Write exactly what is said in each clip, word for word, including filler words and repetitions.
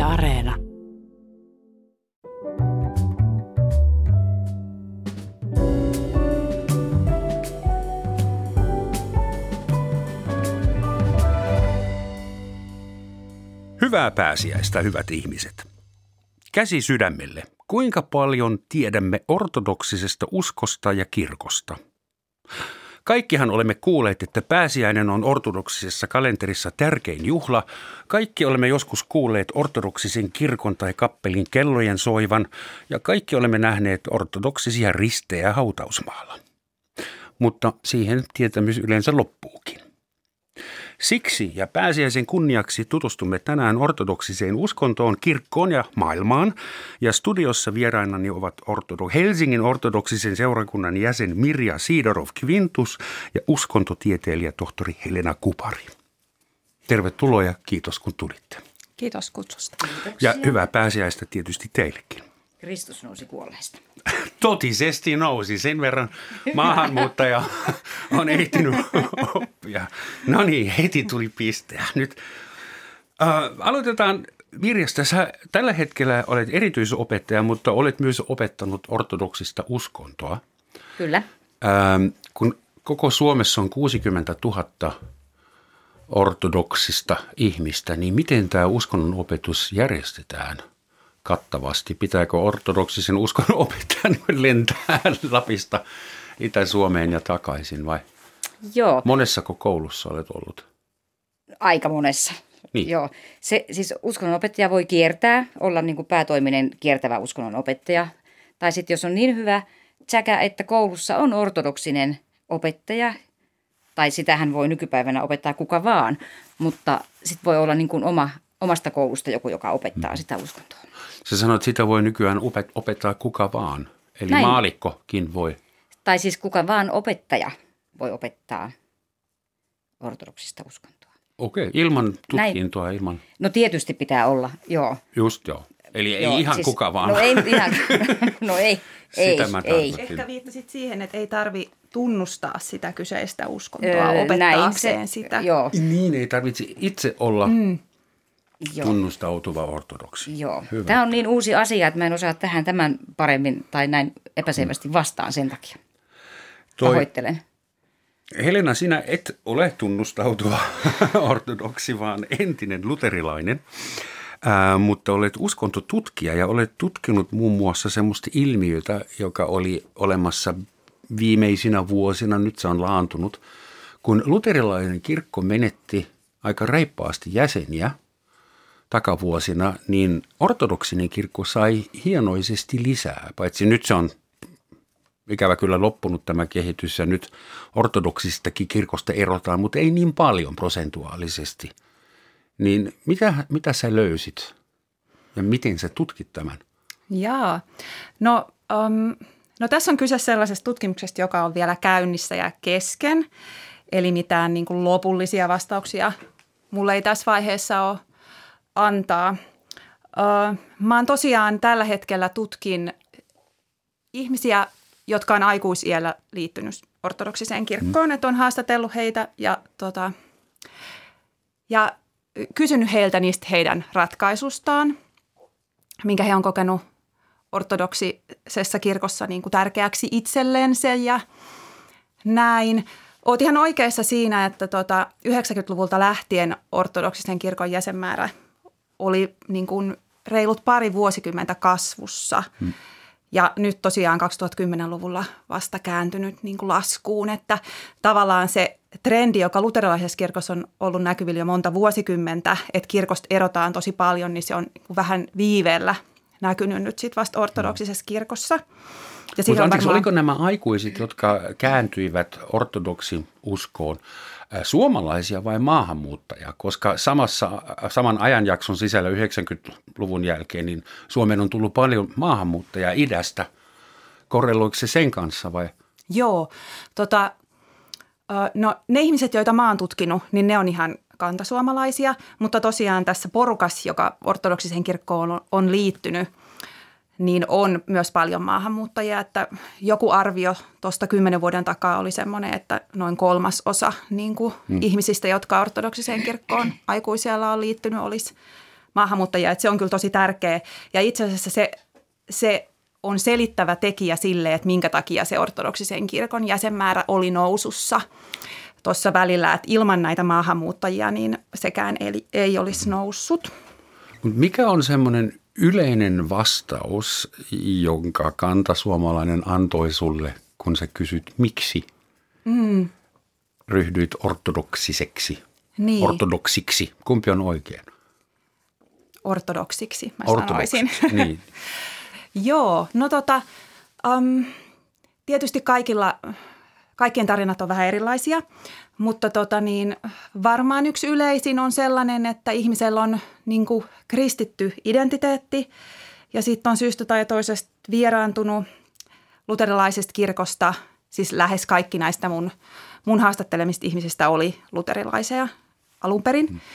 Areena. Hyvää pääsiäistä, hyvät ihmiset. Käsi sydämelle. Kuinka paljon tiedämme ortodoksisesta uskosta ja kirkosta? Kaikkihan olemme kuulleet, että pääsiäinen on ortodoksisessa kalenterissa tärkein juhla. Kaikki olemme joskus kuulleet ortodoksisen kirkon tai kappelin kellojen soivan ja kaikki olemme nähneet ortodoksisia ristejä hautausmaalla. Mutta siihen tietämys yleensä loppuukin. Siksi ja pääsiäisen kunniaksi tutustumme tänään ortodoksiseen uskontoon, kirkkoon ja maailmaan. Ja studiossa vierainani ovat ortodo- Helsingin ortodoksisen seurakunnan jäsen Mirja Sidorov-Kvintus ja uskontotieteilijä tohtori Helena Kupari. Tervetuloa ja kiitos kun tulitte. Kiitos kutsusta. Ja hyvää pääsiäistä tietysti teillekin. Kristus nousi kuolleista. Totisesti nousi. Sen verran maahanmuuttaja on ehtinyt oppia. No niin, heti tuli pisteä. Nyt äh, aloitetaan Mirjasta. Sä tällä hetkellä olet erityisopettaja, mutta olet myös opettanut ortodoksista uskontoa. Kyllä. Ähm, kun koko Suomessa on kuusikymmentätuhatta ortodoksista ihmistä, niin miten tämä uskonnon opetus järjestetään kattavasti? Pitääkö ortodoksisen uskonnon opettajan lentää Lapista Itä-Suomeen ja takaisin vai? Joo. Monessako koulussa olet ollut? Aika monessa. Niin. Joo. Se, siis uskonnonopettaja voi kiertää, olla niin kuin päätoiminen kiertävä uskonnonopettaja. Tai sitten jos on niin hyvä tsäkä, että koulussa on ortodoksinen opettaja, tai sitähän voi nykypäivänä opettaa kuka vaan, mutta sitten voi olla niin kuin oma, omasta koulusta joku, joka opettaa hmm. sitä uskontoa. Sä sanoit, että sitä voi nykyään opettaa kuka vaan, eli Näin. Maalikkokin voi. Tai siis kuka vaan opettaja voi opettaa ortodoksista uskontoa. Okei, ilman tutkintoa, Näin. ilman... No tietysti pitää olla, joo. Just joo. Eli ei joo, ihan siis, kuka vaan. No ei ihan, no ei, ei, ei. Ehkä viittasit siihen, että ei tarvi tunnustaa sitä kyseistä uskontoa öö, opettaakseen näin, sitä. Joo. Niin, ei tarvitse itse olla mm. tunnustautuva ortodoksi. Joo. Hyvä. Tämä on niin uusi asia, että mä en osaa tähän tämän paremmin tai näin epäselvästi vastaan sen takia. Toi, Pahoittelen. Helena, sinä et ole tunnustautuva ortodoksi, vaan entinen luterilainen, ää, mutta olet uskontotutkija ja olet tutkinut muun muassa semmoista ilmiötä, joka oli olemassa viimeisinä vuosina, nyt se on laantunut, kun luterilainen kirkko menetti aika reippaasti jäseniä takavuosina, niin ortodoksinen kirkko sai hienoisesti lisää, paitsi nyt se on ikävä kyllä loppunut tämä kehitys ja nyt ortodoksistakin kirkosta erotaan, mutta ei niin paljon prosentuaalisesti. Niin mitä, mitä sä löysit ja miten sä tutkit tämän? Jaa, no, um, no tässä on kyse sellaisesta tutkimuksesta, joka on vielä käynnissä ja kesken. Eli mitään niin kuin lopullisia vastauksia mulla ei tässä vaiheessa ole antaa. Uh, mä oon tosiaan tällä hetkellä tutkin ihmisiä, jotka on aikuisiällä liittynyt ortodoksiseen kirkkoon, mm. että on haastatellut heitä ja, tota, ja kysynyt heiltä niistä heidän ratkaisustaan, minkä he on kokenut ortodoksisessa kirkossa niin kuin tärkeäksi itsellensä ja näin. Oot ihan oikeassa siinä, että tota, yhdeksänkymmentäluvulta lähtien ortodoksisen kirkon jäsenmäärä oli niin kuin reilut pari vuosikymmentä kasvussa. Mm. Ja nyt tosiaan kaksituhattakymmenluvulla vasta kääntynyt niin kuin laskuun, että tavallaan se trendi, joka luterilaisessa kirkossa on ollut näkyvillä jo monta vuosikymmentä, että kirkosta erotaan tosi paljon, niin se on vähän viiveellä näkynyt nyt sitten vasta ortodoksisessa kirkossa. Mutta anteeksi, varmaan... oliko nämä aikuiset, jotka kääntyivät ortodoksin uskoon, suomalaisia vai maahanmuuttajia? Koska samassa, saman ajanjakson sisällä yhdeksänkymmentäluvun jälkeen niin Suomeen on tullut paljon maahanmuuttajia idästä. Korreloiko se sen kanssa vai? Joo, tota, no ne ihmiset, joita mä oon tutkinut, niin ne on ihan kantasuomalaisia, mutta tosiaan tässä porukassa, joka ortodoksiseen kirkkoon on liittynyt, niin on myös paljon maahanmuuttajia, että joku arvio tuosta kymmenen vuoden takaa oli semmoinen, että noin kolmas osa niin kuin hmm. ihmisistä, jotka ortodoksiseen kirkkoon aikuisiellä on liittynyt, olisi maahanmuuttajia, että se on kyllä tosi tärkeä. Ja itse asiassa se, se on selittävä tekijä sille, että minkä takia se ortodoksisen kirkon jäsenmäärä oli nousussa tuossa välillä, että ilman näitä maahanmuuttajia niin sekään ei, ei olisi noussut. Mikä on semmoinen yleinen vastaus, jonka kantasuomalainen antoi sulle, kun sä kysyt, miksi mm. ryhdyit ortodoksiseksi, niin. ortodoksiksi? Kumpi on oikein? Ortodoksiksi, mä Ortodoksiksi, sanoisin. niin. Joo, no tota, um, tietysti kaikilla, kaikkien tarinat on vähän erilaisia, mutta tota niin, varmaan yksi yleisin on sellainen, että ihmisellä on niin kuin kristitty identiteetti ja sitten on syystä tai toisesta vieraantunut luterilaisesta kirkosta. Siis lähes kaikki näistä mun, mun haastattelemista ihmisistä oli luterilaisia alun perin. Hmm.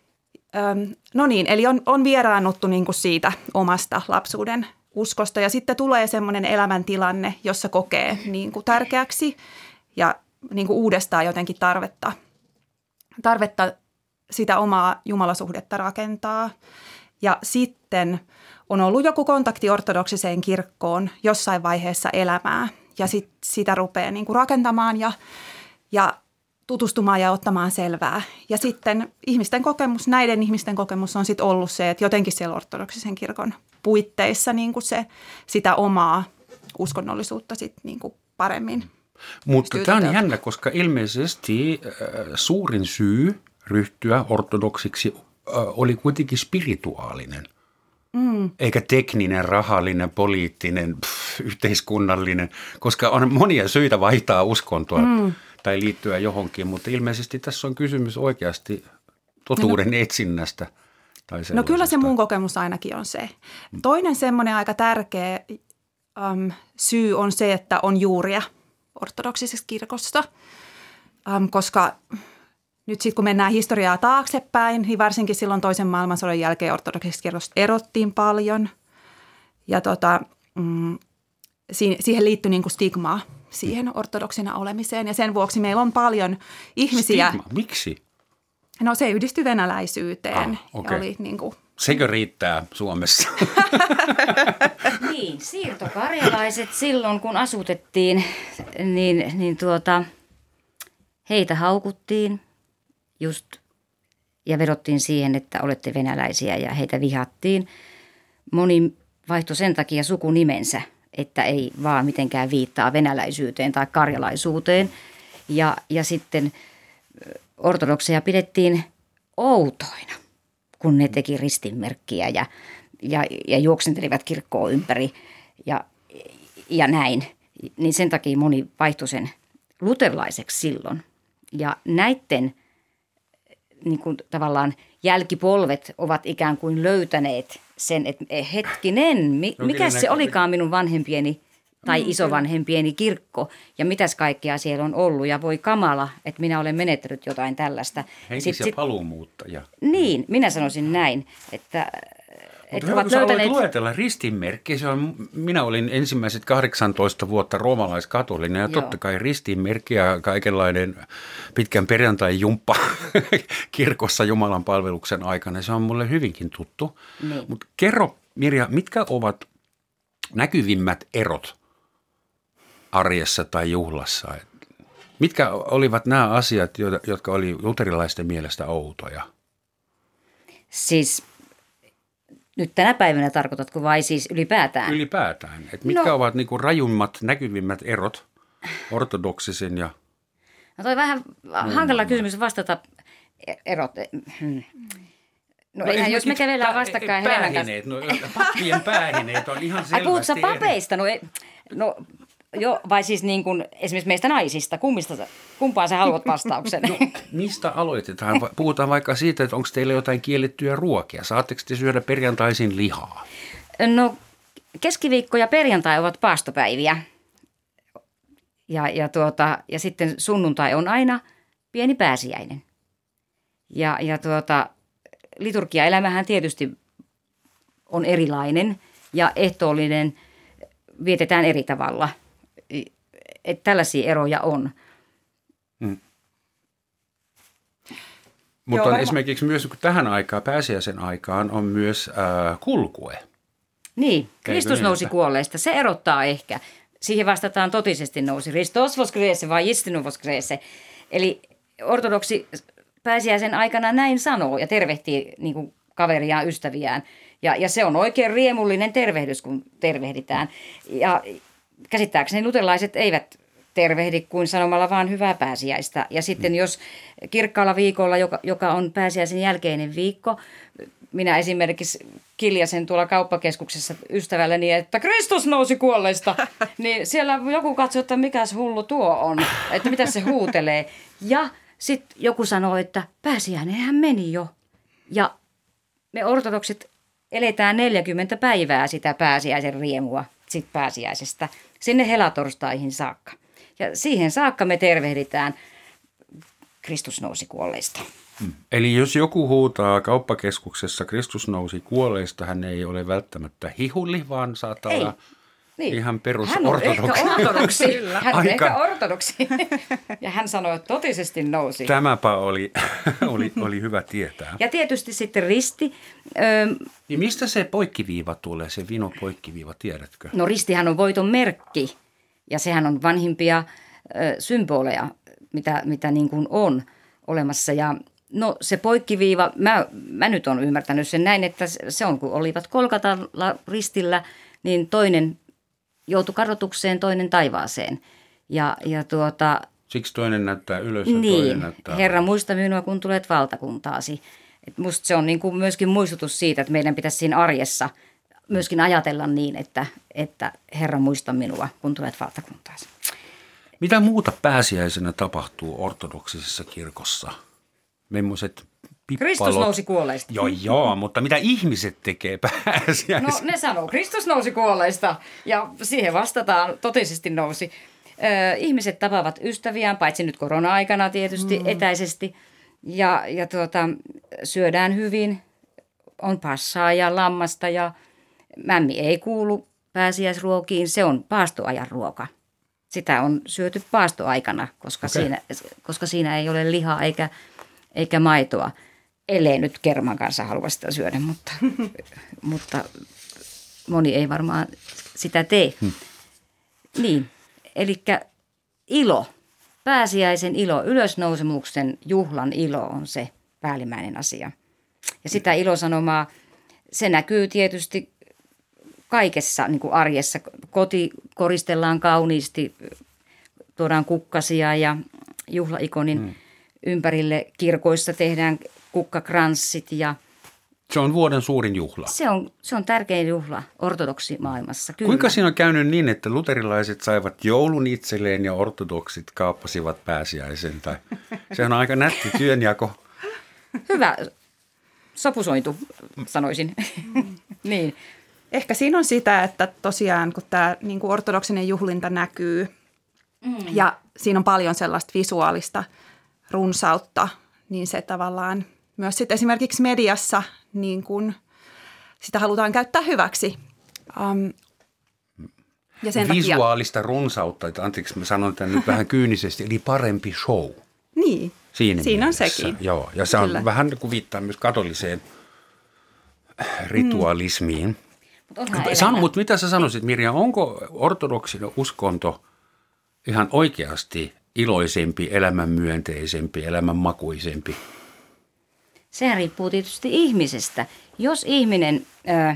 Öm, no niin, eli on, on vieraannuttu niin kuin siitä omasta lapsuuden uskosta ja sitten tulee semmoinen elämäntilanne, jossa kokee niin kuin tärkeäksi ja niin kuin uudestaan jotenkin tarvetta, tarvetta sitä omaa jumalasuhdetta rakentaa. Ja sitten on ollut joku kontakti ortodoksiseen kirkkoon jossain vaiheessa elämää ja sit sitä rupeaa niin kuin rakentamaan ja, ja tutustumaan ja ottamaan selvää. Ja sitten ihmisten kokemus, näiden ihmisten kokemus on sitten ollut se, että jotenkin siellä ortodoksisen kirkon puitteissa niin kuin se, sitä omaa uskonnollisuutta sitten niin kuin paremmin. Mutta tämä on jännä, koska ilmeisesti äh, suurin syy ryhtyä ortodoksiksi äh, oli kuitenkin spirituaalinen, mm. eikä tekninen, rahallinen, poliittinen, pff, yhteiskunnallinen, koska on monia syitä vaihtaa uskontoa mm. tai liittyä johonkin, mutta ilmeisesti tässä on kysymys oikeasti totuuden no, etsinnästä. Tai no kyllä se mun kokemus ainakin on se. Toinen semmoinen aika tärkeä äm, syy on se, että on juuria ortodoksisesta kirkosta, äm, koska nyt sitten kun mennään historiaa taaksepäin, niin varsinkin silloin toisen maailmansodan jälkeen ortodoksisesta kirkosta erottiin paljon ja tota, mm, siihen liittyi niinku stigmaa siihen ortodoksina olemiseen ja sen vuoksi meillä on paljon ihmisiä. Stigma? Miksi? No se yhdistyi venäläisyyteen. Ah, okay. Oli niin kuin sekö riittää Suomessa? Niin, siirtokarjalaiset silloin kun asutettiin, niin, niin tuota, heitä haukuttiin just ja vedottiin siihen, että olette venäläisiä ja heitä vihattiin. Moni vaihtoi sen takia sukunimensä, että ei vaan mitenkään viittaa venäläisyyteen tai karjalaisuuteen. Ja, ja sitten ortodokseja pidettiin outoina, kun ne teki ristinmerkkiä ja, ja, ja juoksentelivat kirkkoa ympäri ja, ja näin. Niin sen takia moni vaihtoi sen luterilaiseksi silloin. Ja näiden niin kuin tavallaan jälkipolvet ovat ikään kuin löytäneet sen, että hetkinen, mikä se olikaan minun vanhempieni tai isovanhempieni kirkko ja mitäs kaikkea siellä on ollut ja voi kamala, että minä olen menettänyt jotain tällaista. Henkisiä sit, paluumuuttajia. Niin, minä sanoisin näin, että Mutta hyvä, kun sä löytäneet... aloit luetella ristinmerkkiä, se on, minä olin ensimmäiset kahdeksantoista vuotta roomalaiskatolinen ja Joo. totta kai ristinmerkki ja kaikenlainen pitkän perjantai-jumppa kirkossa Jumalan palveluksen aikana, se on mulle hyvinkin tuttu. Niin. Mutta kerro Mirja, mitkä ovat näkyvimmät erot arjessa tai juhlassa? Mitkä olivat nämä asiat, jotka oli luterilaisten mielestä outoja? Siis... Nyt tänä päivänä tarkoitatko vai siis ylipäätään? Ylipäätään. Et mitkä no, ovat niinku rajummat, näkyvimmät erot ortodoksisen ja... No toi vähän hankala kysymys vastata erot. Hmm. No, no eihän jos me kävellään vastakkain Helenan kanssa. No pappien päähineet on ihan selvästi... Ai puhutko papeista? No, no jo, vai siis niin kuin esimerkiksi meistä naisista? Kummista, kumpaan sä haluat vastauksen? No, mistä aloitetaan? Puhutaan vaikka siitä, että onko teillä jotain kiellettyjä ruokia. Saatteko te syödä perjantaisin lihaa? No keskiviikko ja perjantai ovat paastopäiviä. Ja, ja, tuota, ja sitten sunnuntai on aina pieni pääsiäinen. Ja, ja tuota, liturgiaelämähän tietysti on erilainen ja ehtoollinen vietetään eri tavalla. Että tällaisia eroja on. Hmm. Mutta Joo, esimerkiksi myös tähän aikaan, pääsiäisen aikaan, on myös äh, kulkue. Niin, Kristus niin, nousi että- kuolleista. Se erottaa ehkä. Siihen vastataan totisesti nousi. Christos voskrese vai istinut voskrese. Eli ortodoksi pääsiäisen aikana näin sanoo ja tervehtii niin kuin kaveriaan, ystäviään. Ja, ja se on oikein riemullinen tervehdys, kun tervehditään. Ja käsittääkseni luterilaiset eivät tervehdi kuin sanomalla vaan hyvää pääsiäistä. Ja sitten jos kirkkaalla viikolla, joka, joka on pääsiäisen jälkeinen viikko, minä esimerkiksi kiljasen tuolla kauppakeskuksessa ystävälleni, että Kristus nousi kuolleista, niin siellä joku katsoo, että mikäs hullu tuo on, että mitä se huutelee. Ja sitten joku sanoo, että pääsiäinenhän meni jo. Ja me ortodoksit eletään neljäkymmentä päivää sitä pääsiäisen riemua sit pääsiäisestä sinne helatorstaihin saakka. Ja siihen saakka me tervehditään Kristus nousi kuolleista. Eli jos joku huutaa kauppakeskuksessa Kristus nousi kuolleista, hän ei ole välttämättä hihuli, vaan saattaa Ei. olla Niin. ihan perus Hän on ortodoksi. ehkä ortodoksi. Hän on Aika. ehkä ortodoksi. Ja hän sanoi, että totisesti nousi. Tämäpä oli, oli, oli hyvä tietää. Ja tietysti sitten risti. Öö, Niin mistä se poikkiviiva tulee, se vino poikkiviiva, tiedätkö? no ristihän on voiton merkki ja sehän on vanhimpia ö, symboleja, mitä, mitä niin kuin on olemassa. Ja no se poikkiviiva, mä, mä nyt olen ymmärtänyt sen näin, että se on kun olivat Kolkatalla ristillä, niin toinen joutui kadotukseen, toinen taivaaseen. Ja, ja tuota, Siksi toinen näyttää ylös ja toinen niin, näyttää... Herra muista minua, kun tulet valtakuntaasi. Et musta se on niin kuin myöskin muistutus siitä, että meidän pitäisi siinä arjessa myöskin ajatella niin, että, että Herra muista minua, kun tulet valtakuntaasi. Mitä muuta pääsiäisenä tapahtuu ortodoksisessa kirkossa? Memmoiset pippalot? Kristus nousi kuolleista. Joo, joo, mutta mitä ihmiset tekee pääsiäisenä? No ne sanoo, Kristus nousi kuolleista ja siihen vastataan, totisesti nousi. Ö, ihmiset tapaavat ystäviään, paitsi nyt korona-aikana tietysti mm. etäisesti ja, ja tuota, syödään hyvin, on passaa ja lammasta ja mämmi ei kuulu pääsiäisruokiin, se on paastoajan ruoka. Sitä on syöty paastoaikana, koska, Okei. siinä, koska siinä ei ole lihaa eikä, eikä maitoa. Ellei nyt kerman kanssa halua sitä syödä, mutta, mutta moni ei varmaan sitä tee. Hmm. Niin, eli ilo, pääsiäisen ilo, ylösnousemuksen juhlan ilo on se päällimmäinen asia. Ja sitä ilosanomaa, se näkyy tietysti kaikessa niin kuin arjessa. Koti koristellaan kauniisti, tuodaan kukkasia ja juhlaikonin hmm. ympärille. Kirkoissa tehdään kukkakranssit ja Se on vuoden suurin juhla. se on, se on tärkein juhla ortodoksimaailmassa. Kyllä. Kuinka siinä on käynyt niin, että luterilaiset saivat joulun itselleen ja ortodoksit kaappasivat pääsiäisen? Tai sehän on aika nätti työnjako. Hyvä sopusointu, sanoisin. niin. Ehkä siinä on sitä, että tosiaan kun tämä niin kuin ortodoksinen juhlinta näkyy mm. ja siinä on paljon sellaista visuaalista runsautta, niin se tavallaan myös sitten esimerkiksi mediassa niin kuin sitä halutaan käyttää hyväksi. Um, ja sen Visuaalista runsautta, että anteeksi mä sanon tämän nyt vähän kyynisesti, eli parempi show. takia, niin, Siinä, siinä on mielessä. sekin. Joo, ja se on Kyllä. vähän kuin viittaa myös katoliseen ritualismiin. Mut onhan Sano, elämä. mutta mitä sä sanoisit, Mirja, onko ortodoksinen uskonto ihan oikeasti iloisempi, elämänmyönteisempi, elämänmakuisempi? Sehän riippuu tietysti ihmisestä. Jos ihminen ö,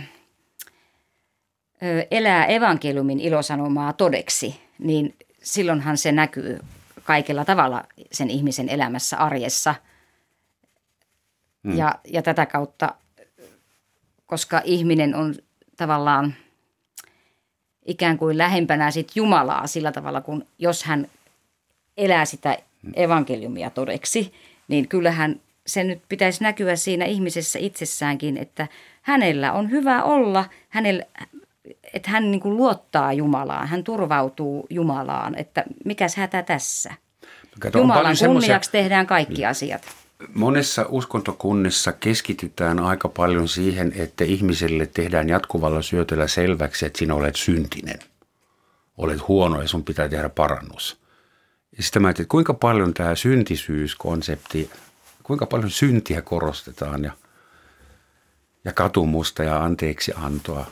ö, elää evankeliumin ilosanomaa todeksi, niin silloinhan se näkyy kaikella tavalla sen ihmisen elämässä, arjessa. Hmm. Ja, ja tätä kautta, koska ihminen on tavallaan ikään kuin lähempänä sit Jumalaa sillä tavalla, kun jos hän elää sitä evankeliumia todeksi, niin kyllähän se nyt pitäisi näkyä siinä ihmisessä itsessäänkin, että hänellä on hyvä olla, hänellä, että hän niin kuin luottaa Jumalaan, hän turvautuu Jumalaan, että mikäs hätä tässä. Kato, on Jumalan paljon semmoisia- kunniaksi tehdään kaikki asiat. Monessa uskontokunnissa keskitytään aika paljon siihen, että ihmiselle tehdään jatkuvalla syötöllä selväksi, että sinä olet syntinen. Olet huono ja sun pitää tehdä parannus. Ja sitten mä ajattelin, että kuinka paljon tämä syntisyyskonsepti, kuinka paljon syntiä korostetaan ja, ja katumusta ja anteeksi antoa?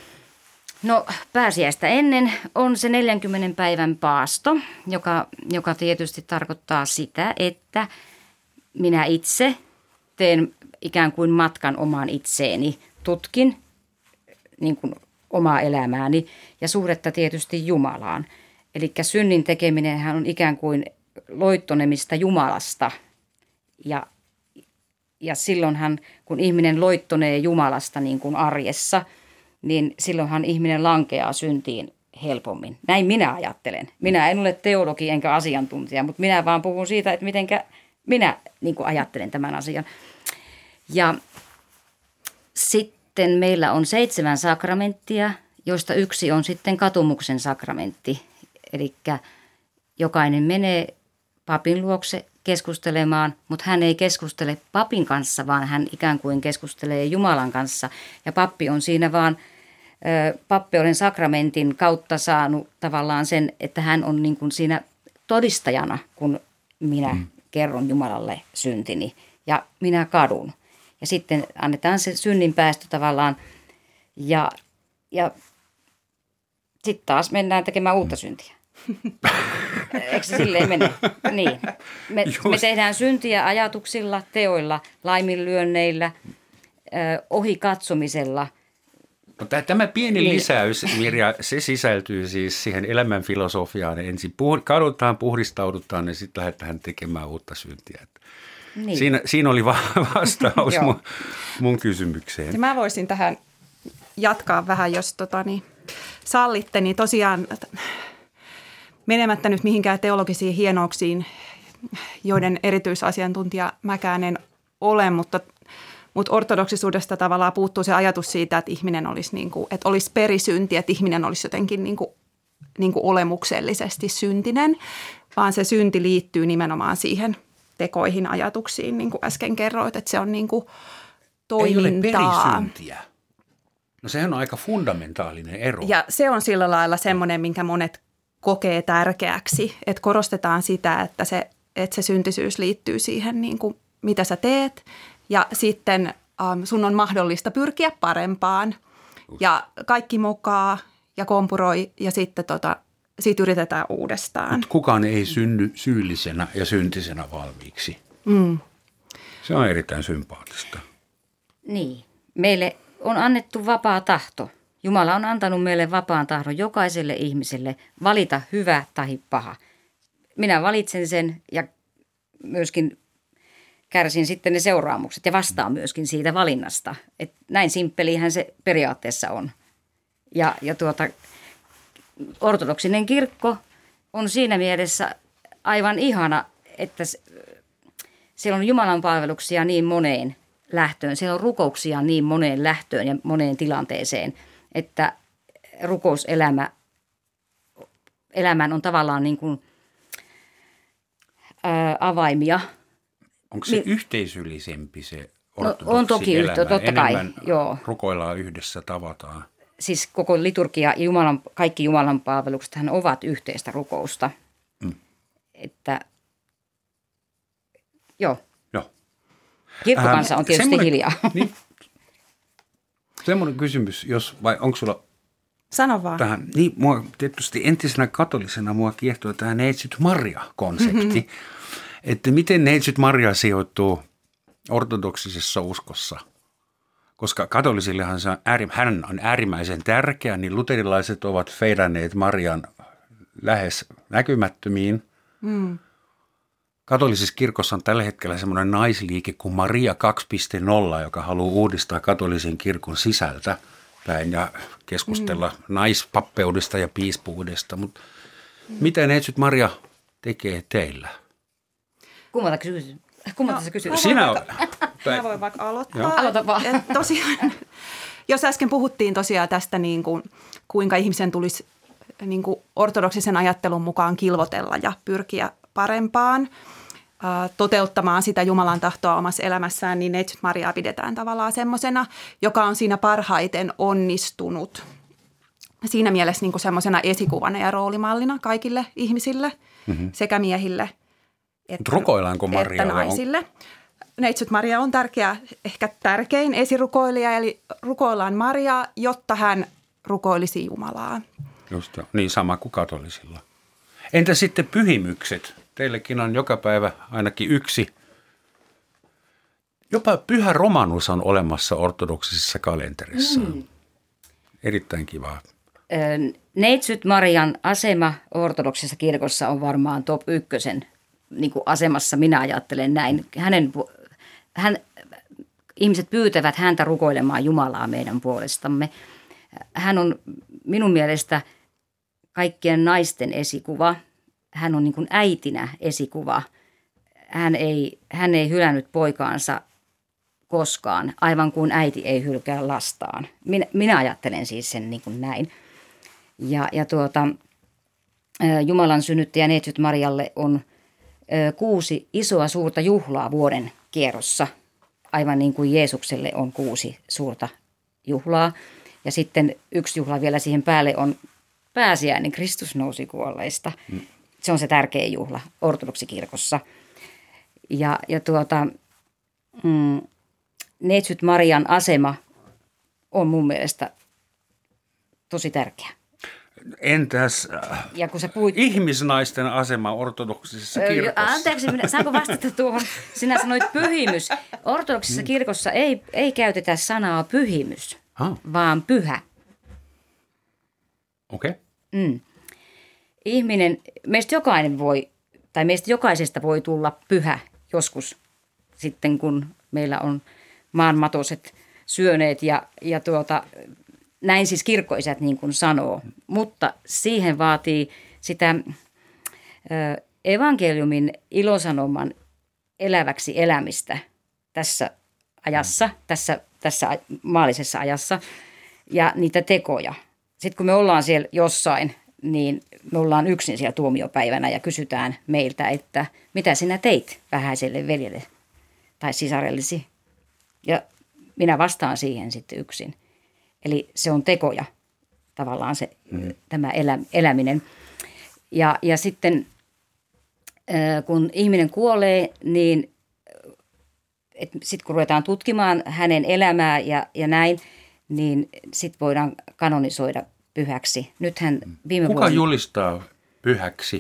No pääsiäistä ennen on se neljänkymmenen päivän paasto, joka, joka tietysti tarkoittaa sitä, että minä itse teen ikään kuin matkan omaan itseeni, tutkin niin kuin omaa elämääni ja suhdetta tietysti Jumalaan. Eli synnin tekeminenhän on ikään kuin loittonemista Jumalasta ja, ja silloinhan kun ihminen loittonee Jumalasta niin kuin arjessa, niin silloinhan ihminen lankeaa syntiin helpommin. Näin minä ajattelen. Minä en ole teologi enkä asiantuntija, mutta minä vaan puhun siitä, että mitenkä minä niin kuin ajattelen tämän asian. Ja sitten meillä on seitsemän sakramenttia, joista yksi on sitten katumuksen sakramentti. Eli jokainen menee papin luokse keskustelemaan, mutta hän ei keskustele papin kanssa, vaan hän ikään kuin keskustelee Jumalan kanssa. Ja pappi on siinä vaan ö, pappeuden sakramentin kautta saanut tavallaan sen, että hän on niin kuin siinä todistajana, kun minä mm. kerron Jumalalle syntini ja minä kadun. Ja sitten annetaan se synnin päästö tavallaan ja, ja sitten taas mennään tekemään uutta syntiä. Eikö se silleen mene? Niin. Me, me tehdään syntiä ajatuksilla, teoilla, laiminlyönneillä, ö, ohi katsomisella. No, tämä pieni niin. lisäys, Mirja, se sisältyy siis siihen elämän filosofiaan. Ensin puh- kadutaan, puhdistaudutaan ja sitten lähdetään tekemään uutta syntiä. Niin. Siinä, siinä oli va- vastaus mun, mun kysymykseen. Ja mä voisin tähän jatkaa vähän, jos tota, niin, sallitte, niin tosiaan menemättä nyt mihinkään teologisiin hienouksiin, joiden erityisasiantuntija mäkään en ole, mutta, mutta ortodoksisuudesta tavallaan puuttuu se ajatus siitä, että ihminen olisi, niin kuin, että olisi perisynti, että ihminen olisi jotenkin niin kuin, niin kuin olemuksellisesti syntinen, vaan se synti liittyy nimenomaan siihen tekoihin, ajatuksiin, niin kuin äsken kerroit, että se on niin kuin toimintaa. Ei ole perisyntiä. No sehän on aika fundamentaalinen ero. Ja se on sillä lailla semmoinen, minkä monet kokee tärkeäksi, että korostetaan sitä, että se, että se syntisyys liittyy siihen, niin kuin, mitä sä teet. Ja sitten um, sun on mahdollista pyrkiä parempaan ja kaikki mukaan ja kompuroi ja sitten tota, siitä yritetään uudestaan. Mutta kukaan ei synny syyllisenä ja syntisenä valmiiksi. Mm. Se on erittäin sympaattista. Niin. Meille on annettu vapaa tahto. Jumala on antanut meille vapaan tahdon jokaiselle ihmiselle valita hyvä tai paha. Minä valitsen sen ja myöskin kärsin sitten ne seuraamukset ja vastaan myöskin siitä valinnasta. Et näin simppelihän se periaatteessa on. Ja, ja tuota, ortodoksinen kirkko on siinä mielessä aivan ihana, että siellä on Jumalan palveluksia niin moneen lähtöön. Siellä on rukouksia niin moneen lähtöön ja moneen tilanteeseen, että rukouselämä elämän on tavallaan niin kuin ää, avaimia. Onko se Mi- yhteisöllisempi se ortodoksi no, on toki elämä? Totta kai, enemmän joo. Rukoillaan yhdessä, tavataan. Siis koko liturgia ja Jumalan, kaikki Jumalan palveluksethan ovat yhteistä rukousta. Mm. Että joo. Joo. Kirkkokansa on tietysti hiljaa. Niin, semmoinen kysymys, jos, vai onko sulla Sano vaan. Tähän, niin, mua tietysti entisenä katolisena mua kiehtoo tämä Neitsyt Maria-konsepti. Mm-hmm. Että miten Neitsyt Maria sijoittuu ortodoksisessa uskossa? Koska katolisillehan se on äärim, hän on äärimmäisen tärkeä, niin luterilaiset ovat feidanneet Marian lähes näkymättömiin. Mm. Katolisessa kirkossa on tällä hetkellä semmoinen naisliike kuin Maria kaksi piste nolla, joka haluaa uudistaa katolisen kirkon sisältä päin ja keskustella mm. naispappeudesta ja piispuudesta. Mutta mm. mitä Neitsyt Maria tekee teillä? Kummalta kysymys? Kummalta no, se kysymys? Sinä olet. Mä voin vaikka aloittaa. Aloita vaan. Tosiaan, jos äsken puhuttiin tosiaan tästä, niin kuin, kuinka ihmisen tulisi niin kuin ortodoksisen ajattelun mukaan kilvotella ja pyrkiä parempaan, toteuttamaan sitä Jumalan tahtoa omassa elämässään, niin Neitsyt Mariaa pidetään tavallaan semmoisena, joka on siinä parhaiten onnistunut. Siinä mielessä niin kuin semmoisena esikuvana ja roolimallina kaikille ihmisille, mm-hmm. sekä miehille että, rukoillaanko Marialle? että naisille. Neitsyt Maria on tärkeä, ehkä tärkein esirukoilija, eli rukoillaan Mariaa, jotta hän rukoilisi Jumalaa. Just niin sama kuin katolisilla. Entä sitten pyhimykset? Teillekin on joka päivä ainakin yksi. Jopa Pyhä Romanus on olemassa ortodoksisessa kalenterissa. Mm. Erittäin kivaa. Neitsyt Marian asema ortodoksisessa kirkossa on varmaan top ykkösen niin kuin asemassa, minä ajattelen näin. Hänen, hän, ihmiset pyytävät häntä rukoilemaan Jumalaa meidän puolestamme. Hän on minun mielestä kaikkien naisten esikuva. Hän on niin kuin äitinä esikuva. Hän ei, hän ei hylännyt poikaansa koskaan, aivan kuin äiti ei hylkää lastaan. Minä, minä ajattelen siis sen niin kuin näin. Ja, ja tuota, Jumalan synnyttäjä Neitsyt Marialle on kuusi isoa suurta juhlaa vuoden kierrossa, aivan niin kuin Jeesukselle on kuusi suurta juhlaa. Ja sitten yksi juhla vielä siihen päälle on pääsiäinen, Kristus nousi kuolleista. Mm. Se on se tärkein juhla ortodoksikirkossa. Ja, ja tuota, mm, Neitsyt Marian asema on mun mielestä tosi tärkeä. Entäs ja kun sä puhuit, ihmisnaisten asema ortodoksisessa kirkossa? Anteeksi, saanko vastata tuohon? Sinä sanoit pyhimys. Ortodoksisessa mm. kirkossa ei, ei käytetä sanaa pyhimys, ah. vaan pyhä. Okei. Okay. Mm. Ihminen, meistä jokainen voi, tai meistä jokaisesta voi tulla pyhä joskus sitten, kun meillä on maanmatoset syöneet ja, ja tuota, näin siis kirkkoisät niin kuin sanoo. Mutta siihen vaatii sitä ö, evankeliumin ilosanoman eläväksi elämistä tässä ajassa, tässä, tässä maallisessa ajassa ja niitä tekoja. Sitten kun me ollaan siellä jossain, niin me ollaan yksin siellä tuomiopäivänä ja kysytään meiltä, että mitä sinä teit vähäiselle veljelle tai sisarellesi. Ja minä vastaan siihen sitten yksin. Eli se on tekoja tavallaan se, mm. tämä elä, eläminen. Ja, ja sitten kun ihminen kuolee, niin sitten kun ruvetaan tutkimaan hänen elämää ja, ja näin, niin sitten voidaan kanonisoida pyhäksi. Nythän viime Kuka vuosina julistaa pyhäksi?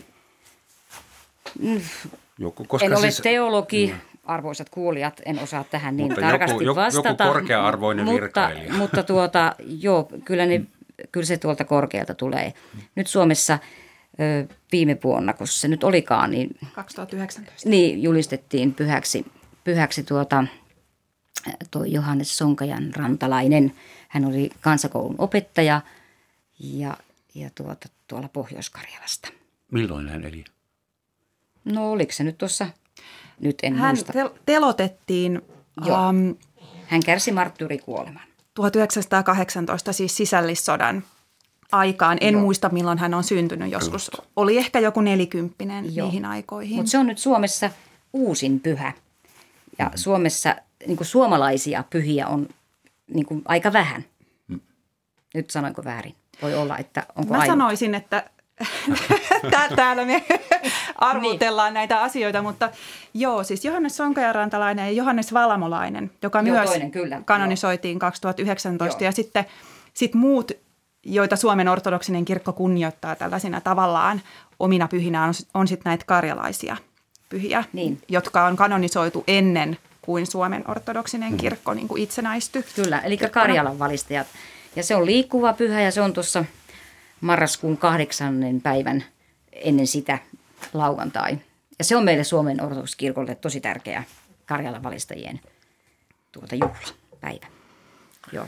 Joku, koska en siis, ole teologi, mm. arvoisat kuulijat, en osaa tähän niin mutta tarkasti joku, vastata. Joku korkea-arvoinen mutta, virkailija. Mutta tuota, joo, kyllä, ne, kyllä se tuolta korkealta tulee. Nyt Suomessa ö, viime vuonna, kun se nyt olikaan, niin kaksituhattayhdeksäntoista Niin, julistettiin pyhäksi, pyhäksi tuota, tuo Johannes Sonkajan Rantalainen. Hän oli kansakoulun opettaja ja, ja tuota, tuolla Pohjois-Karjalasta. Milloin hän eli? No oliko se nyt tuossa? Nyt en hän muista. Hän telotettiin. Joo. Um, hän kärsi marttyyrikuoleman. tuhatyhdeksänsataakahdeksantoista, siis sisällissodan aikaan. En Joo. muista, milloin hän on syntynyt. Joskus Kyllä. oli ehkä joku nelikymppinen Joo. niihin aikoihin. Mutta se on nyt Suomessa uusin pyhä. Ja mm-hmm. Suomessa niin kuin suomalaisia pyhiä on niin kuin aika vähän. Mm. Nyt sanoinko väärin? Voi olla, että onko Mä ainut? sanoisin, että täällä me arvutellaan niin. näitä asioita, mutta joo, siis Johannes Sonkajarantalainen ja Johannes Valmolainen, joka joo, myös toinen, kyllä. kanonisoitiin joo. kaksituhattayhdeksäntoista joo. ja sitten sit muut, joita Suomen ortodoksinen kirkko kunnioittaa tällaisina tavallaan omina pyhinä, on, on sitten näitä karjalaisia pyhiä, niin. jotka on kanonisoitu ennen kuin Suomen ortodoksinen kirkko niin kuin itsenäistyi. Kyllä, eli Karjalan valistajat. Ja se on liikkuva pyhä ja se on tuossa marraskuun kahdeksannen päivän ennen sitä lauantai. Ja se on meille Suomen ortodoksikirkolle tosi tärkeä Karjalan valistajien tuota juhlapäivä. Joo.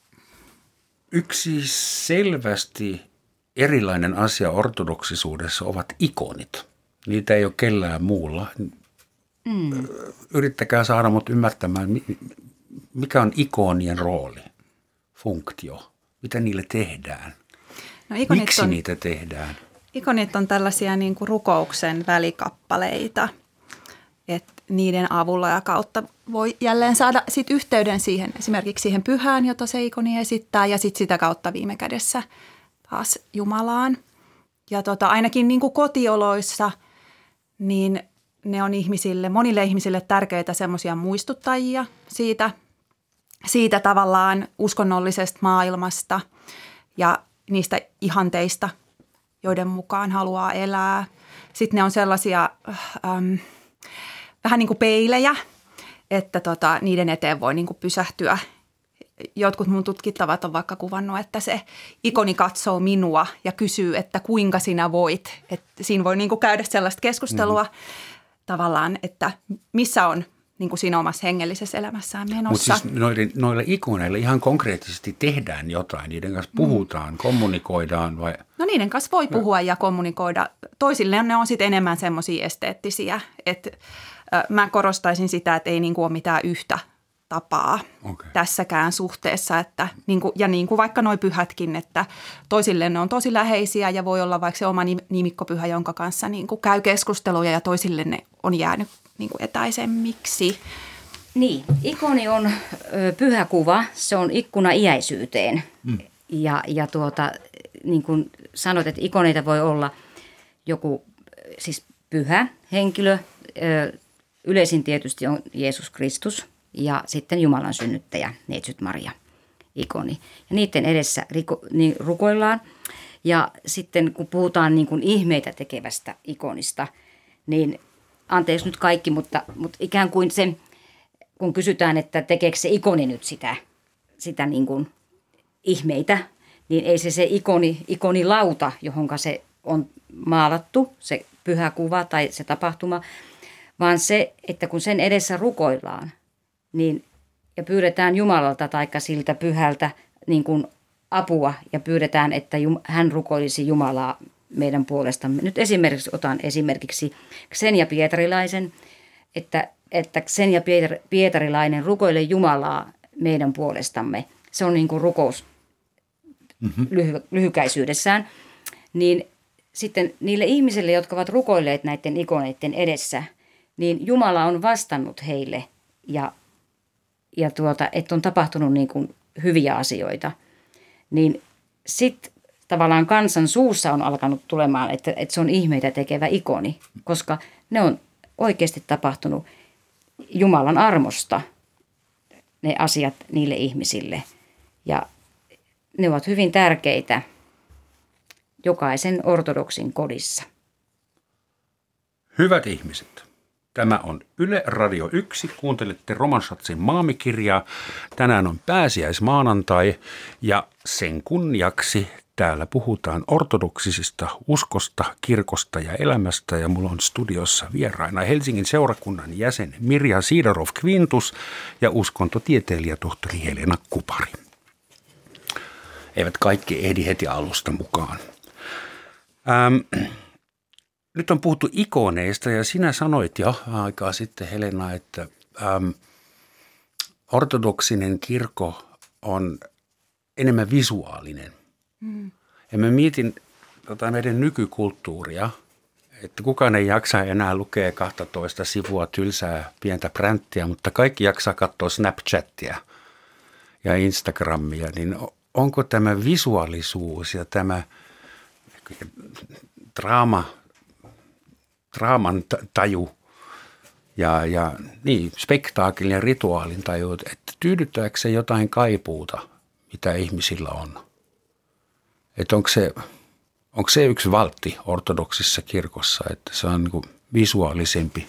Yksi selvästi erilainen asia ortodoksisuudessa ovat ikonit. Niitä ei ole kellään muulla. Mm. Yrittäkää saada mut ymmärtämään, mikä on ikonien rooli, funktio, mitä niille tehdään. No, Miksi on, niitä tehdään? Ikonit on tällaisia niin kuin rukouksen välikappaleita, että niiden avulla ja kautta voi jälleen saada sit yhteyden siihen, esimerkiksi siihen pyhään, jota se ikoni esittää, ja sitten sitä kautta viime kädessä taas Jumalaan. Ja tota, ainakin niin kuin kotioloissa, niin ne on ihmisille, monille ihmisille tärkeitä semmoisia muistuttajia siitä, siitä tavallaan uskonnollisesta maailmasta ja niistä ihanteista, joiden mukaan haluaa elää. Sitten ne on sellaisia ähm, vähän niin kuin peilejä, että tota, niiden eteen voi niin kuin pysähtyä. Jotkut mun tutkittavat on vaikka kuvannut, että se ikoni katsoo minua ja kysyy, että kuinka sinä voit. Että siinä voi niin kuin käydä sellaista keskustelua mm-hmm. tavallaan, että missä on niin kuin siinä omassa hengellisessä elämässään menossa. Mutta siis noille, noille ikoneille ihan konkreettisesti tehdään jotain, niiden kanssa puhutaan, mm. kommunikoidaan vai? No niiden kanssa voi puhua ja kommunikoida. Toisilleen ne on sitten enemmän semmoisia esteettisiä, että äh, mä korostaisin sitä, että ei niin kuin ole mitään yhtä tapaa okay. tässäkään suhteessa. Että, niin kuin, ja niin kuin vaikka noi pyhätkin, että toisille ne on tosi läheisiä ja voi olla vaikka se oma nimikkopyhä, jonka kanssa niin kuin käy keskusteluja ja toisille ne on jäänyt niin kuin etäisemmiksi. Niin, ikoni on ö, pyhä kuva, se on ikkuna iäisyyteen. Mm. Ja, ja tuota, niin kuin sanoit, että ikoneita voi olla joku siis pyhä henkilö. Ö, yleisin tietysti on Jeesus Kristus ja sitten Jumalan synnyttäjä, Neitsyt Maria, ikoni. Ja niiden edessä riko, niin rukoillaan. Ja sitten kun puhutaan niin kuin ihmeitä tekevästä ikonista, niin anteeksi nyt kaikki, mutta, mutta ikään kuin se, kun kysytään, että tekeekö se ikoni nyt sitä, sitä niin kuin ihmeitä, niin ei se se ikoni, ikonilauta, johonka se on maalattu, se pyhä kuva tai se tapahtuma, vaan se, että kun sen edessä rukoillaan, niin ja pyydetään Jumalalta tai siltä pyhältä niin kuin apua ja pyydetään, että hän rukoilisi Jumalaa meidän puolestamme. Nyt esimerkiksi otan esimerkiksi Xenia Pietarilaisen, että, että Xenia Pietarilainen rukoilee Jumalaa meidän puolestamme. Se on niin kuin rukous mm-hmm. lyhy, lyhykäisyydessään. Niin sitten niille ihmisille, jotka ovat rukoilleet näiden ikoneiden edessä, niin Jumala on vastannut heille ja, ja tuota, että on tapahtunut niin kuin hyviä asioita. Niin sitten tavallaan kansan suussa on alkanut tulemaan, että, että se on ihmeitä tekevä ikoni, koska ne on oikeasti tapahtunut Jumalan armosta, ne asiat niille ihmisille. Ja ne ovat hyvin tärkeitä jokaisen ortodoksin kodissa. Hyvät ihmiset, tämä on Yle Radio yksi. Kuuntelette Roman Schatzin Maamikirjaa. Tänään on pääsiäismaanantai ja sen kunniaksi täällä puhutaan ortodoksisesta uskosta, kirkosta ja elämästä ja mulla on studiossa vieraina Helsingin seurakunnan jäsen Mirja Sidorov-Quintus ja uskontotieteilijä tohtori Helena Kupari. Eivät kaikki ehdi heti alusta mukaan. Ähm, nyt on puhuttu ikoneista ja sinä sanoit jo aikaa sitten, Helena, että ähm, ortodoksinen kirkko on enemmän visuaalinen. Mm. Ja mä mietin tota meidän nykykulttuuria, että kukaan ei jaksa enää lukea kaksitoista sivua tylsää pientä pränttiä, mutta kaikki jaksaa katsoa Snapchatia ja Instagramia, niin onko tämä visuaalisuus ja tämä draama, draaman taju ja, ja niin, spektaakelin ja rituaalin taju, että tyydyttääkö se jotain kaipuuta, mitä ihmisillä on? Että onko se, onko se yksi valtti ortodoksissa kirkossa, että se on niin kuin visuaalisempi?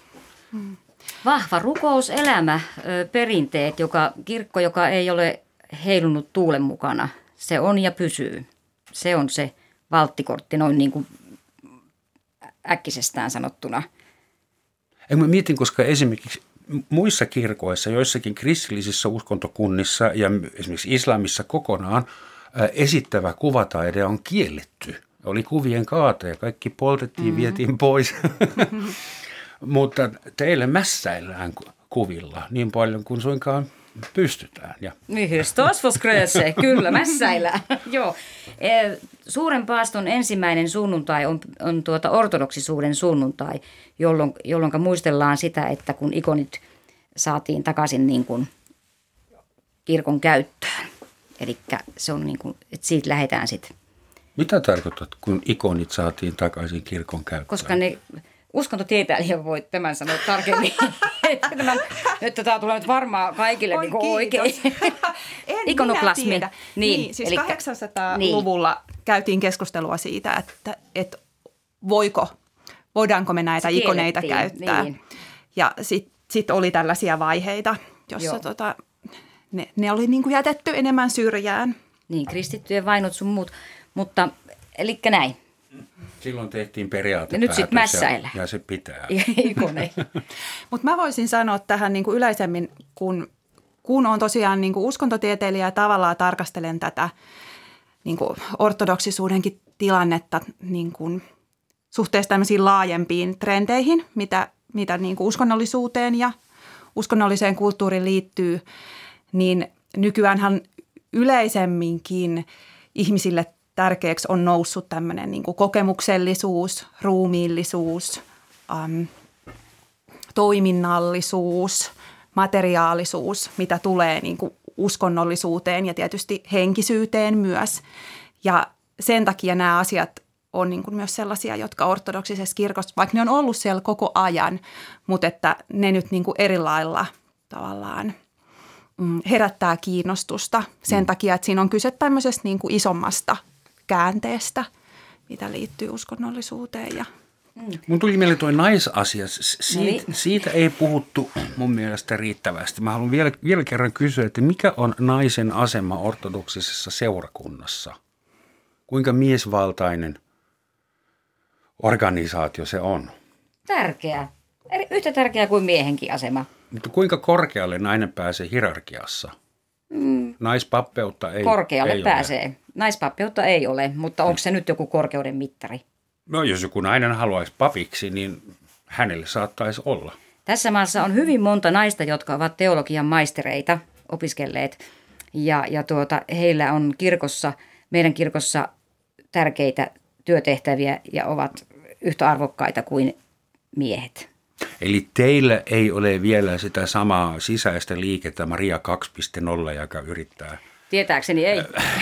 Vahva rukouselämä, perinteet, joka, kirkko, joka ei ole heilunut tuulen mukana, se on ja pysyy. Se on se valttikortti noin niin kuin äkkisestään sanottuna. Ja mä mietin, koska esimerkiksi muissa kirkoissa, joissakin kristillisissä uskontokunnissa ja esimerkiksi islamissa kokonaan, esittävä kuvataide on kielletty. Oli kuvien kaata ja kaikki poltettiin, mm-hmm. vietiin pois. Mutta teille mässäillään kuvilla niin paljon kuin suinkaan pystytään. Ja. Myhystusfoskröse, kyllä, mässäillään. Joo. Suuren paaston ensimmäinen sunnuntai on, on tuota ortodoksisuuden sunnuntai, jolloin, jolloin muistellaan sitä, että kun ikonit saatiin takaisin niin kuin kirkon käyttöön. Eli se on niin kuin, että siitä lähdetään sitten. Mitä tarkoitat, kun ikonit saatiin takaisin kirkon käyttöön? Koska ne uskontotieteilijä voi tämän sanoa tarkemmin. että, tämän, että tämä tulee nyt varmaan kaikille Oi, niin kuin oikein. En Ikonoklasmi. minä tiedä. Niin, niin, siis elikkä, kahdeksansataaluvulla niin. käytiin keskustelua siitä, että, että voiko, voidaanko me näitä ikoneita käyttää. Niin. Ja sitten sit oli tällaisia vaiheita, jossa tota, ne, ne oli niin kuin jätetty enemmän syrjään. Niin, kristittyjen vainot sun muut, mutta elikkä näin. Silloin tehtiin periaatepäätös ja, nyt sit mässäillä. ja se pitää. Mutta mä voisin sanoa tähän niin kuin yleisemmin, kun, kun on tosiaan niin kuin uskontotieteilijä ja tavallaan tarkastelen tätä niin kuin ortodoksisuudenkin tilannetta niin kuin suhteessa tämmöisiin laajempiin trendeihin, mitä, mitä niin kuin uskonnollisuuteen ja uskonnolliseen kulttuuriin liittyy, niin nykyäänhän yleisemminkin ihmisille tärkeäksi on noussut tämmöinen niin kuin kokemuksellisuus, ruumiillisuus, äm, toiminnallisuus, materiaalisuus, mitä tulee niin kuin uskonnollisuuteen ja tietysti henkisyyteen myös. Ja sen takia nämä asiat on niin kuin myös sellaisia, jotka ortodoksisessa kirkossa, vaikka ne on ollut siellä koko ajan, mutta että ne nyt niin kuin eri lailla tavallaan herättää kiinnostusta sen takia, että siinä on kyse tämmöisestä niin kuin isommasta käänteestä, mitä liittyy uskonnollisuuteen. Ja mun tuli mieleen tuo naisasia. Siitä, siitä ei puhuttu mun mielestä riittävästi. Mä haluan vielä, vielä kerran kysyä, että mikä on naisen asema ortodoksisessa seurakunnassa? Kuinka miesvaltainen organisaatio se on? Tärkeä. Yhtä tärkeä kuin miehenkin asema. Mutta kuinka korkealle nainen pääsee hierarkiassa? Mm. Naispappeutta ei Korkealle ei pääsee. Ole. Naispappeutta ei ole, mutta onko se nyt joku korkeuden mittari? No jos joku nainen haluaisi papiksi, niin hänelle saattaisi olla. Tässä maassa on hyvin monta naista, jotka ovat teologian maistereita opiskelleet. Ja, ja tuota, heillä on kirkossa, meidän kirkossa tärkeitä työtehtäviä ja ovat yhtä arvokkaita kuin miehet. Eli teillä ei ole vielä sitä samaa sisäistä liikettä Maria kaksi piste nolla, joka yrittää. Tietääkseni ei.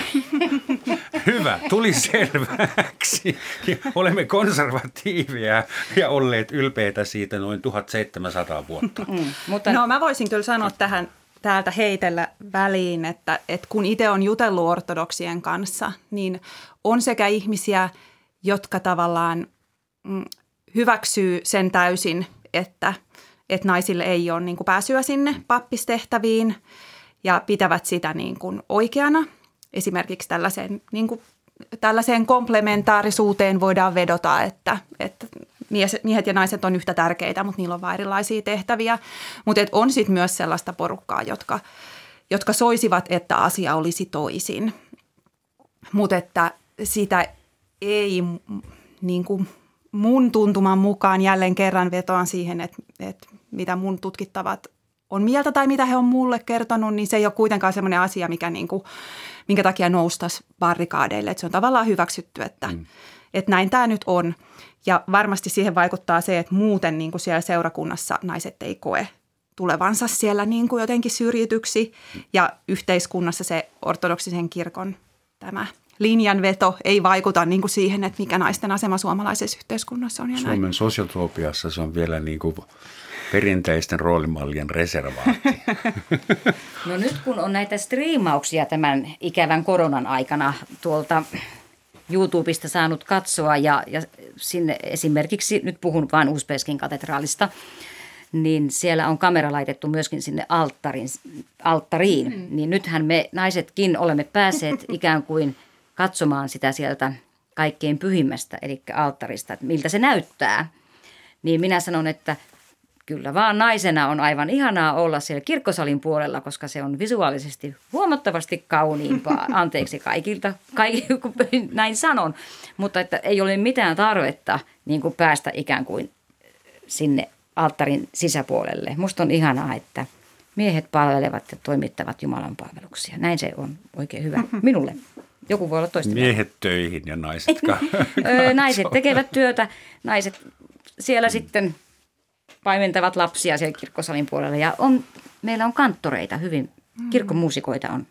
Hyvä, tuli selväksi. Olemme konservatiivia ja olleet ylpeitä siitä noin tuhatseitsemänsataa vuotta. Mm, mutta no mä voisin kyllä sanoa tähän täältä heitellä väliin, että, että kun itse on jutellut ortodoksien kanssa, niin on sekä ihmisiä, jotka tavallaan mm, hyväksyy sen täysin, että, että naisille ei ole niin kuin pääsyä sinne pappistehtäviin ja pitävät sitä niin kuin oikeana. Esimerkiksi tällaiseen, niin kuin, tällaiseen komplementaarisuuteen voidaan vedota, että, että miehet ja naiset on yhtä tärkeitä, mutta niillä on vain erilaisia tehtäviä. Mutta on sitten myös sellaista porukkaa, jotka, jotka soisivat, että asia olisi toisin. Mutta että sitä ei niin kuin mun tuntuman mukaan jälleen kerran vetoan siihen, että, että mitä mun tutkittavat on mieltä tai mitä he on mulle kertonut, niin se ei ole kuitenkaan semmoinen asia, mikä niin kuin, minkä takia noustaisi barrikaadeille. Että se on tavallaan hyväksytty, että, mm. että näin tämä nyt on. Ja varmasti siihen vaikuttaa se, että muuten niin kuin siellä seurakunnassa naiset ei koe tulevansa siellä niin kuin jotenkin syrjityksi. Ja yhteiskunnassa se ortodoksisen kirkon tämä linjanveto ei vaikuta niin kuin siihen, että mikä naisten asema suomalaisessa yhteiskunnassa on. Ja Suomen näin. Sosiotropiassa se on vielä niin kuin perinteisten roolimallien reservaatti. No nyt kun on näitä striimauksia tämän ikävän koronan aikana tuolta YouTubesta saanut katsoa ja, ja sinne esimerkiksi, nyt puhun vain Uuspeeskin katedraalista, niin siellä on kamera laitettu myöskin sinne alttarin, alttariin. Mm. Niin nythän me naisetkin olemme päässeet ikään kuin katsomaan sitä sieltä kaikkein pyhimmästä, eli alttarista, että miltä se näyttää. Niin minä sanon, että kyllä vaan naisena on aivan ihanaa olla siellä kirkkosalin puolella, koska se on visuaalisesti huomattavasti kauniimpaa. Anteeksi kaikilta, kaikilta kun näin sanon. Mutta että ei ole mitään tarvetta niin kuin päästä ikään kuin sinne alttarin sisäpuolelle. Musta on ihanaa, että miehet palvelevat ja toimittavat Jumalan palveluksia. Näin se on oikein hyvä minulle. Joku voi olla toista. Miehet töihin ja naiset Naiset tekevät työtä, naiset siellä mm. sitten paimentavat lapsia siellä kirkkosalin puolella. Ja on, meillä on kanttoreita hyvin, kirkkomuusikoita on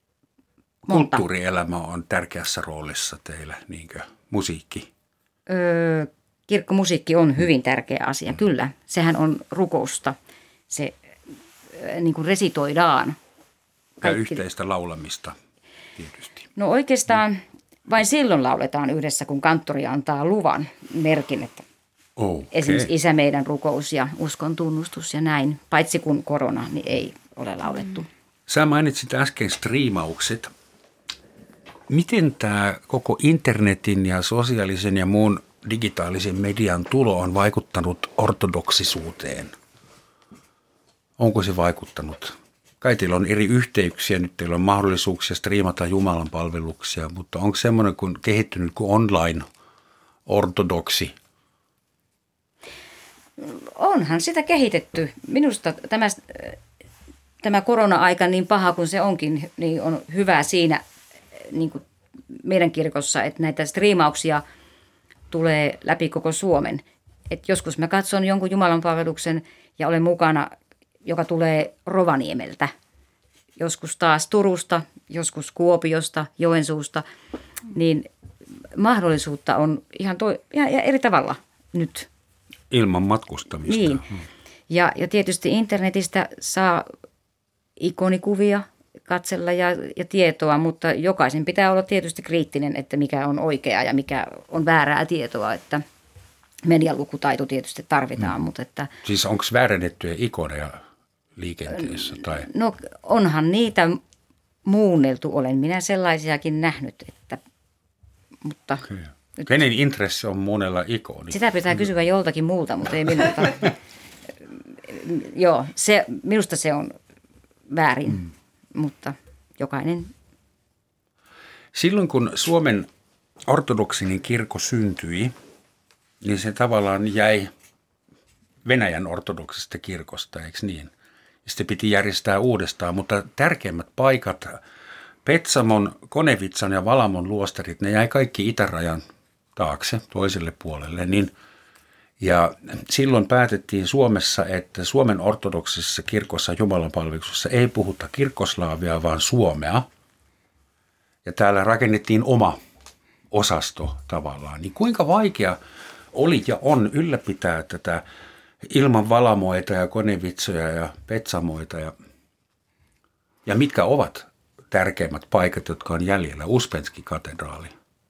monta. Kulttuurielämä on tärkeässä roolissa teillä, niinkö musiikki? Öö, kirkkomusiikki on hyvin tärkeä asia, kyllä. Sehän on rukousta, se niin kuin resitoidaan. Kaikki. Ja yhteistä laulamista tietysti. No oikeastaan vain silloin lauletaan yhdessä, kun kanttori antaa luvan merkin, että okay. Esimerkiksi Isä meidän rukous ja uskon tunnustus ja näin, paitsi kun korona, niin ei ole laulettu. Sä mainitsit äsken striimaukset. Miten tämä koko internetin ja sosiaalisen ja muun digitaalisen median tulo on vaikuttanut ortodoksisuuteen? Onko se vaikuttanut? Kai teillä on eri yhteyksiä, nyt teillä on mahdollisuuksia striimata Jumalan palveluksia, mutta onko semmoinen kuin kehittynyt kuin online-ortodoksi? Onhan sitä kehitetty. Minusta tämä, tämä korona-aika niin paha kuin se onkin, niin on hyvä siinä niin kuin meidän kirkossa, että näitä striimauksia tulee läpi koko Suomen. Et joskus mä katson jonkun Jumalan palveluksen ja olen mukana, joka tulee Rovaniemeltä. Joskus taas Turusta, joskus Kuopiosta, Joensuusta. Niin mahdollisuutta on ihan, toi, ihan eri tavalla nyt. Ilman matkustamista. Niin. Ja, ja tietysti internetistä saa ikonikuvia katsella ja, ja tietoa, mutta jokaisen pitää olla tietysti kriittinen, että mikä on oikeaa ja mikä on väärää tietoa, että medialukutaito tietysti tarvitaan. Hmm. Mutta että, siis onko väärennettyjä ikoneja liikenteessä? Tai? No onhan niitä muunneltu, olen minä sellaisiakin nähnyt, että, mutta... Okay. Nyt, kenen intressi on muunnella ikoni? Sitä pitää kysyä joltakin muulta, mutta ei minulta. Joo, se, minusta se on väärin, mm. mutta jokainen. Silloin kun Suomen ortodoksinen kirkko syntyi, niin se tavallaan jäi Venäjän ortodoksista kirkosta, eikö niin? Sitten piti järjestää uudestaan, mutta tärkeimmät paikat, Petsamon, Konevitsan ja Valamon luostarit, ne jäi kaikki itärajan taakse toiselle puolelle. Niin, ja silloin päätettiin Suomessa, että Suomen ortodoksisessa kirkossa Jumalanpalveluksessa ei puhuta kirkkoslaavia, vaan suomea. Ja täällä rakennettiin oma osasto tavallaan. Niin kuinka vaikea oli ja on ylläpitää tätä ilman Valamoita ja Konevitsoja ja Petsamoita ja, ja mitkä ovat tärkeimmät paikat, jotka on jäljellä? Uspenski-katedraali.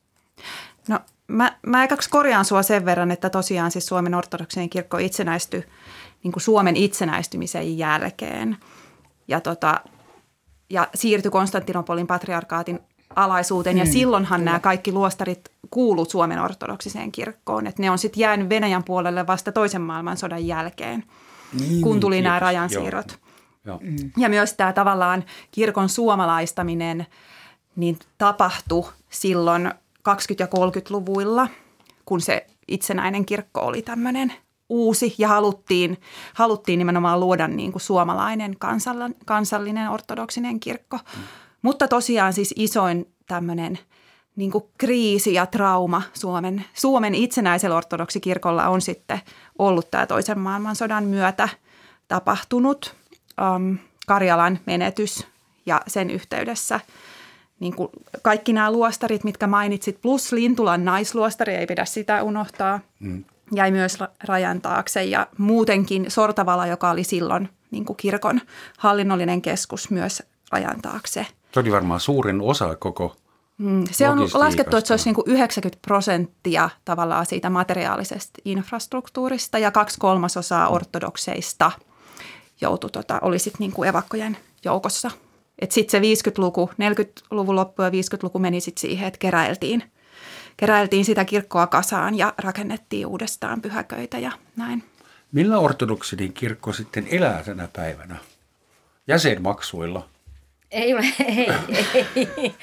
No mä, mä ekaksi korjaan sua sen verran, että tosiaan siis Suomen ortodoksinen kirkko itsenäistyi niin kuin Suomen itsenäistymisen jälkeen ja, tota, ja siirtyi Konstantinopolin patriarkaatin alaisuuteen. Mm, ja silloinhan kyllä. Nämä kaikki luostarit kuuluvat Suomen ortodoksiseen kirkkoon. Että ne on sitten jäänyt Venäjän puolelle vasta toisen maailmansodan jälkeen, niin, kun tuli niin, nämä rajansiirrot. Joo. Mm. Ja myös tämä tavallaan kirkon suomalaistaminen niin tapahtui silloin kaksikymmentä- ja kolmekymmentäluvuilla, kun se itsenäinen kirkko oli tämmöinen uusi ja haluttiin, haluttiin nimenomaan luoda niin kuin suomalainen kansallinen ortodoksinen kirkko. Mm. Mutta tosiaan siis isoin tämmöinen niin kuin kriisi ja trauma Suomen, Suomen itsenäisellä ortodoksikirkolla on sitten ollut tämä toisen maailmansodan myötä tapahtunut um, Karjalan menetys ja sen yhteydessä niin kuin kaikki nämä luostarit, mitkä mainitsit, plus Lintulan naisluostari, ei pidä sitä unohtaa, mm. jäi myös rajan taakse ja muutenkin Sortavala, joka oli silloin niin kuin kirkon hallinnollinen keskus, myös rajan taakse. Se oli varmaan suurin osa koko mm, se on laskettu, että se olisi niin kuin yhdeksänkymmentä prosenttia tavallaan siitä materiaalisesta infrastruktuurista ja kaksi kolmasosaa ortodokseista joutui, tota, oli sitten niin kuin evakkojen joukossa. Että sitten se viisikymmentäluku, neljäkymmentäluvun loppu ja viisikymmentäluku meni sitten siihen, että keräiltiin, keräiltiin sitä kirkkoa kasaan ja rakennettiin uudestaan pyhäköitä ja näin. Millä ortodoksinen kirkko sitten elää tänä päivänä? Jäsenmaksuilla? Ei ole, ei, ei.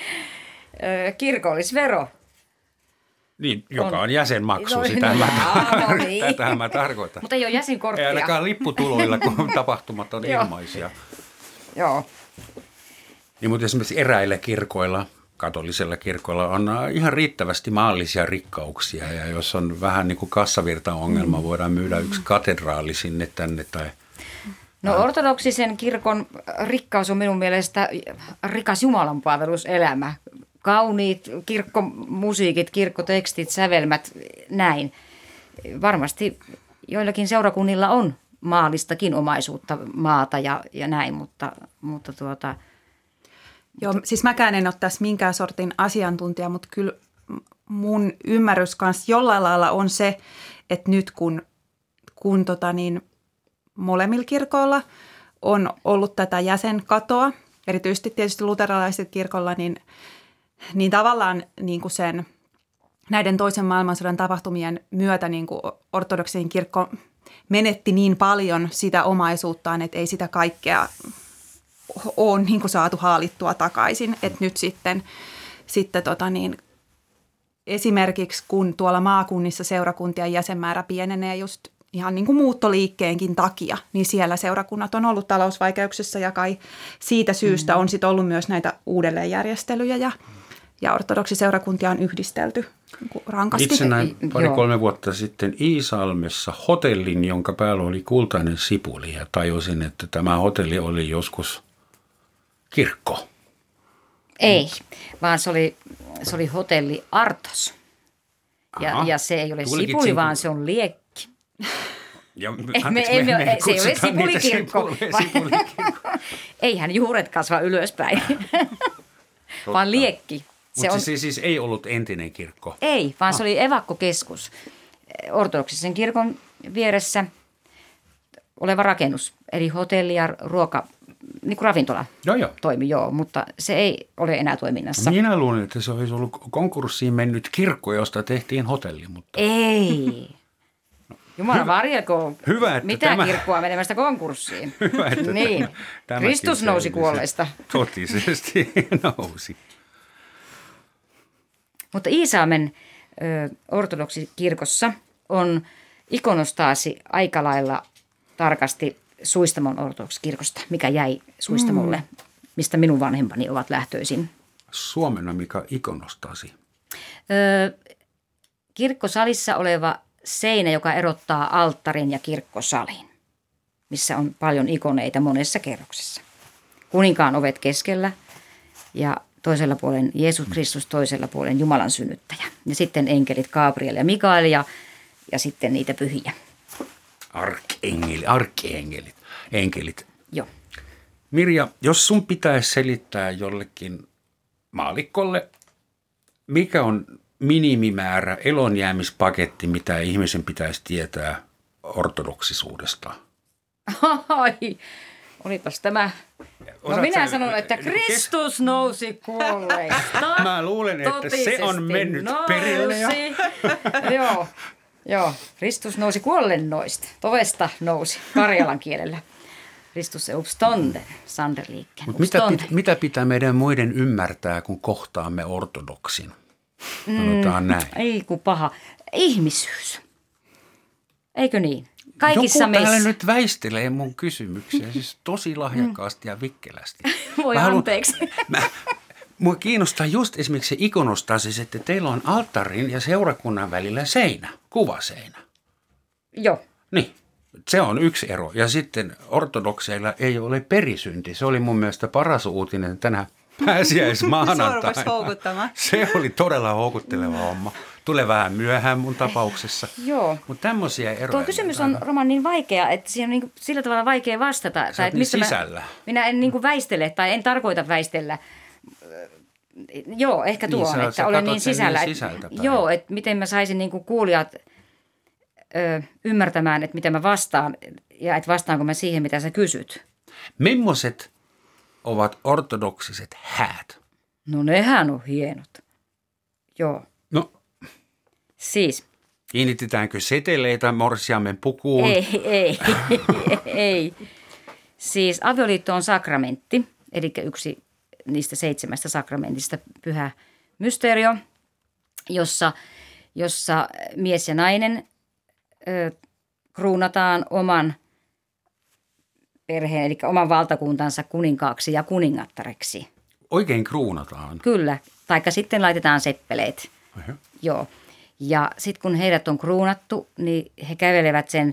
Kirkollisvero. Niin, joka on, on jäsenmaksu, no, sitä no, mä, no, niin. Tätähän mä tarkoitan. Mutta ei ole jäsenkorttia. Ei ainakaan lipputuloilla, kun tapahtumat on ilmaisia. Joo. Niin, mutta esimerkiksi eräillä kirkoilla, katolisella kirkoilla on ihan riittävästi maallisia rikkauksia. Ja jos on vähän niin kuin kassavirtaongelma, voidaan myydä yksi katedraali sinne tänne tai... No ortodoksisen kirkon rikkaus on minun mielestä rikas jumalanpalveluselämä. Kauniit kirkkomusiikit, kirkkotekstit, sävelmät, näin. varmasti joillakin seurakunnilla on maallistakin omaisuutta, maata ja, ja näin, mutta, mutta tuota... Joo, siis mäkään en ole tässä minkään sortin asiantuntija, mutta kyllä mun ymmärrys kanssa jollain lailla on se, että nyt kun, kun tota niin, molemmilla kirkoilla on ollut tätä jäsenkatoa, erityisesti tietysti luterilaisilla kirkolla, niin, niin tavallaan niin kuin sen näiden toisen maailmansodan tapahtumien myötä niin kuin ortodoksinen kirkko menetti niin paljon sitä omaisuuttaan, että ei sitä kaikkea ole niin kuin saatu haalittua takaisin. Että nyt sitten, sitten tota niin, esimerkiksi kun tuolla maakunnissa seurakuntien jäsenmäärä pienenee just ihan niin kuin muuttoliikkeenkin takia, niin siellä seurakunnat on ollut talousvaikeuksissa ja kai siitä syystä on sitten ollut myös näitä uudelleenjärjestelyjä ja, ja ortodoksiseurakuntia on yhdistelty niin rankasti. Itse näin pari-kolme vuotta sitten Iisalmessa hotellin, jonka päällä oli kultainen sipuli ja tajusin, että tämä hotelli oli joskus kirkko. Ei, vaan se oli, se oli hotelli Artos. Ja, ja se ei ole sipuli, vaan se on liekki. Ja, me, anteeksi, me, me, me se ei ole sipulikirkko. sipulikirkko. Eihän juuret kasva ylöspäin, vaan liekki. Mutta on... se siis ei ollut entinen kirkko? Ei, vaan ah. se oli evakkokeskus. Ortodoksisen kirkon vieressä oleva rakennus, eli hotelli ja ruoka, niin kuin ravintola joo, joo. toimi, joo, mutta se ei ole enää toiminnassa. Minä luulen, että se olisi ollut konkurssiin mennyt kirkko, josta tehtiin hotelli, mutta... Ei. Jumala varjelkoon. Hyvä, että mitään tämä... kirkkoa menemästä konkurssiin. Hyvä, että niin. tämä... Kristus nousi kuolleista. Totisesti nousi. Mutta Iisalmen ö, ortodoksikirkossa on ikonostaasi aika lailla tarkasti Suistamon ortodoksikirkosta, mikä jäi Suistamolle, mm. mistä minun vanhempani ovat lähtöisin. Suomena mikä ikonostaasi? Ö, kirkkosalissa oleva seinä, joka erottaa alttarin ja kirkkosalin, missä on paljon ikoneita monessa kerroksessa. Kuninkaan ovet keskellä ja toisella puolen Jeesus Kristus, toisella puolen Jumalan synnyttäjä. Ja sitten enkelit Gabriel ja Mikael ja, ja sitten niitä pyhiä. Arkengeli, arkkienkelit, enkelit. Joo. Mirja, jos sun pitäisi selittää jollekin maallikkolle, mikä on minimimäärä elonjäämispaketti, mitä ihmisen pitäisi tietää ortodoksisuudesta? Ai, olipas tämä. No minä sä, sanon, että Kristus nousi kuolleista. Mä luulen, että se on mennyt nousi. perille. Jo. Joo, joo, Kristus nousi kuollennoista. Tovesta nousi karjalan kielellä. Kristus uppstånden, Sanderliikken. Mutta mitä, pit, mitä pitää meidän muiden ymmärtää, kun kohtaamme ortodoksin? Sanotaan näin. Mm, ei kun paha. Ihmisyys. Eikö niin? Kaikissa Joku meissä. täällä nyt väistelee mun kysymyksiä, siis tosi lahjakkaasti ja vikkelästi. Voi mä anteeksi. Haluan, mä, mua kiinnostaa just esimerkiksi se ikonostasis, että teillä on alttarin ja seurakunnan välillä seinä, kuvaseinä. Joo. Niin, se on yksi ero. Ja sitten ortodokseilla ei ole perisynti. Se oli mun mielestä paras uutinen tänä pääsiäismaanantaina. Se oli todella houkutteleva homma. Tulee vähän myöhään mun tapauksessa. Joo. Mutta tämmöisiä eroja. Tuo kysymys on, Roman, niin vaikea, että siihen on niin sillä tavalla vaikea vastata. Sä tai oot niin sisällä. Mä, minä en niin väistele tai en tarkoita väistellä. Joo, ehkä tuo, niin, sä, että sä olen niin sisällä. Niin sisältä, joo, että miten mä saisin niin kuulijat ö, ymmärtämään, että mitä mä vastaan ja että vastaanko mä siihen, mitä sä kysyt. Mimmoiset ovat ortodoksiset häät? No nehän on hienot. Joo. No. Siis. Kiinnitetäänkö seteleitä morsiamen pukuun? Ei, ei, ei. Siis avioliitto on sakramentti, eli yksi niistä seitsemästä sakramentista, pyhä mysteerio, jossa, jossa mies ja nainen ö, kruunataan oman perheen, eli oman valtakuntansa kuninkaaksi ja kuningattareksi. Oikein kruunataan? Kyllä, taikka sitten laitetaan seppeleet. Uh-huh. Joo. Ja sitten kun heidät on kruunattu, niin he kävelevät sen,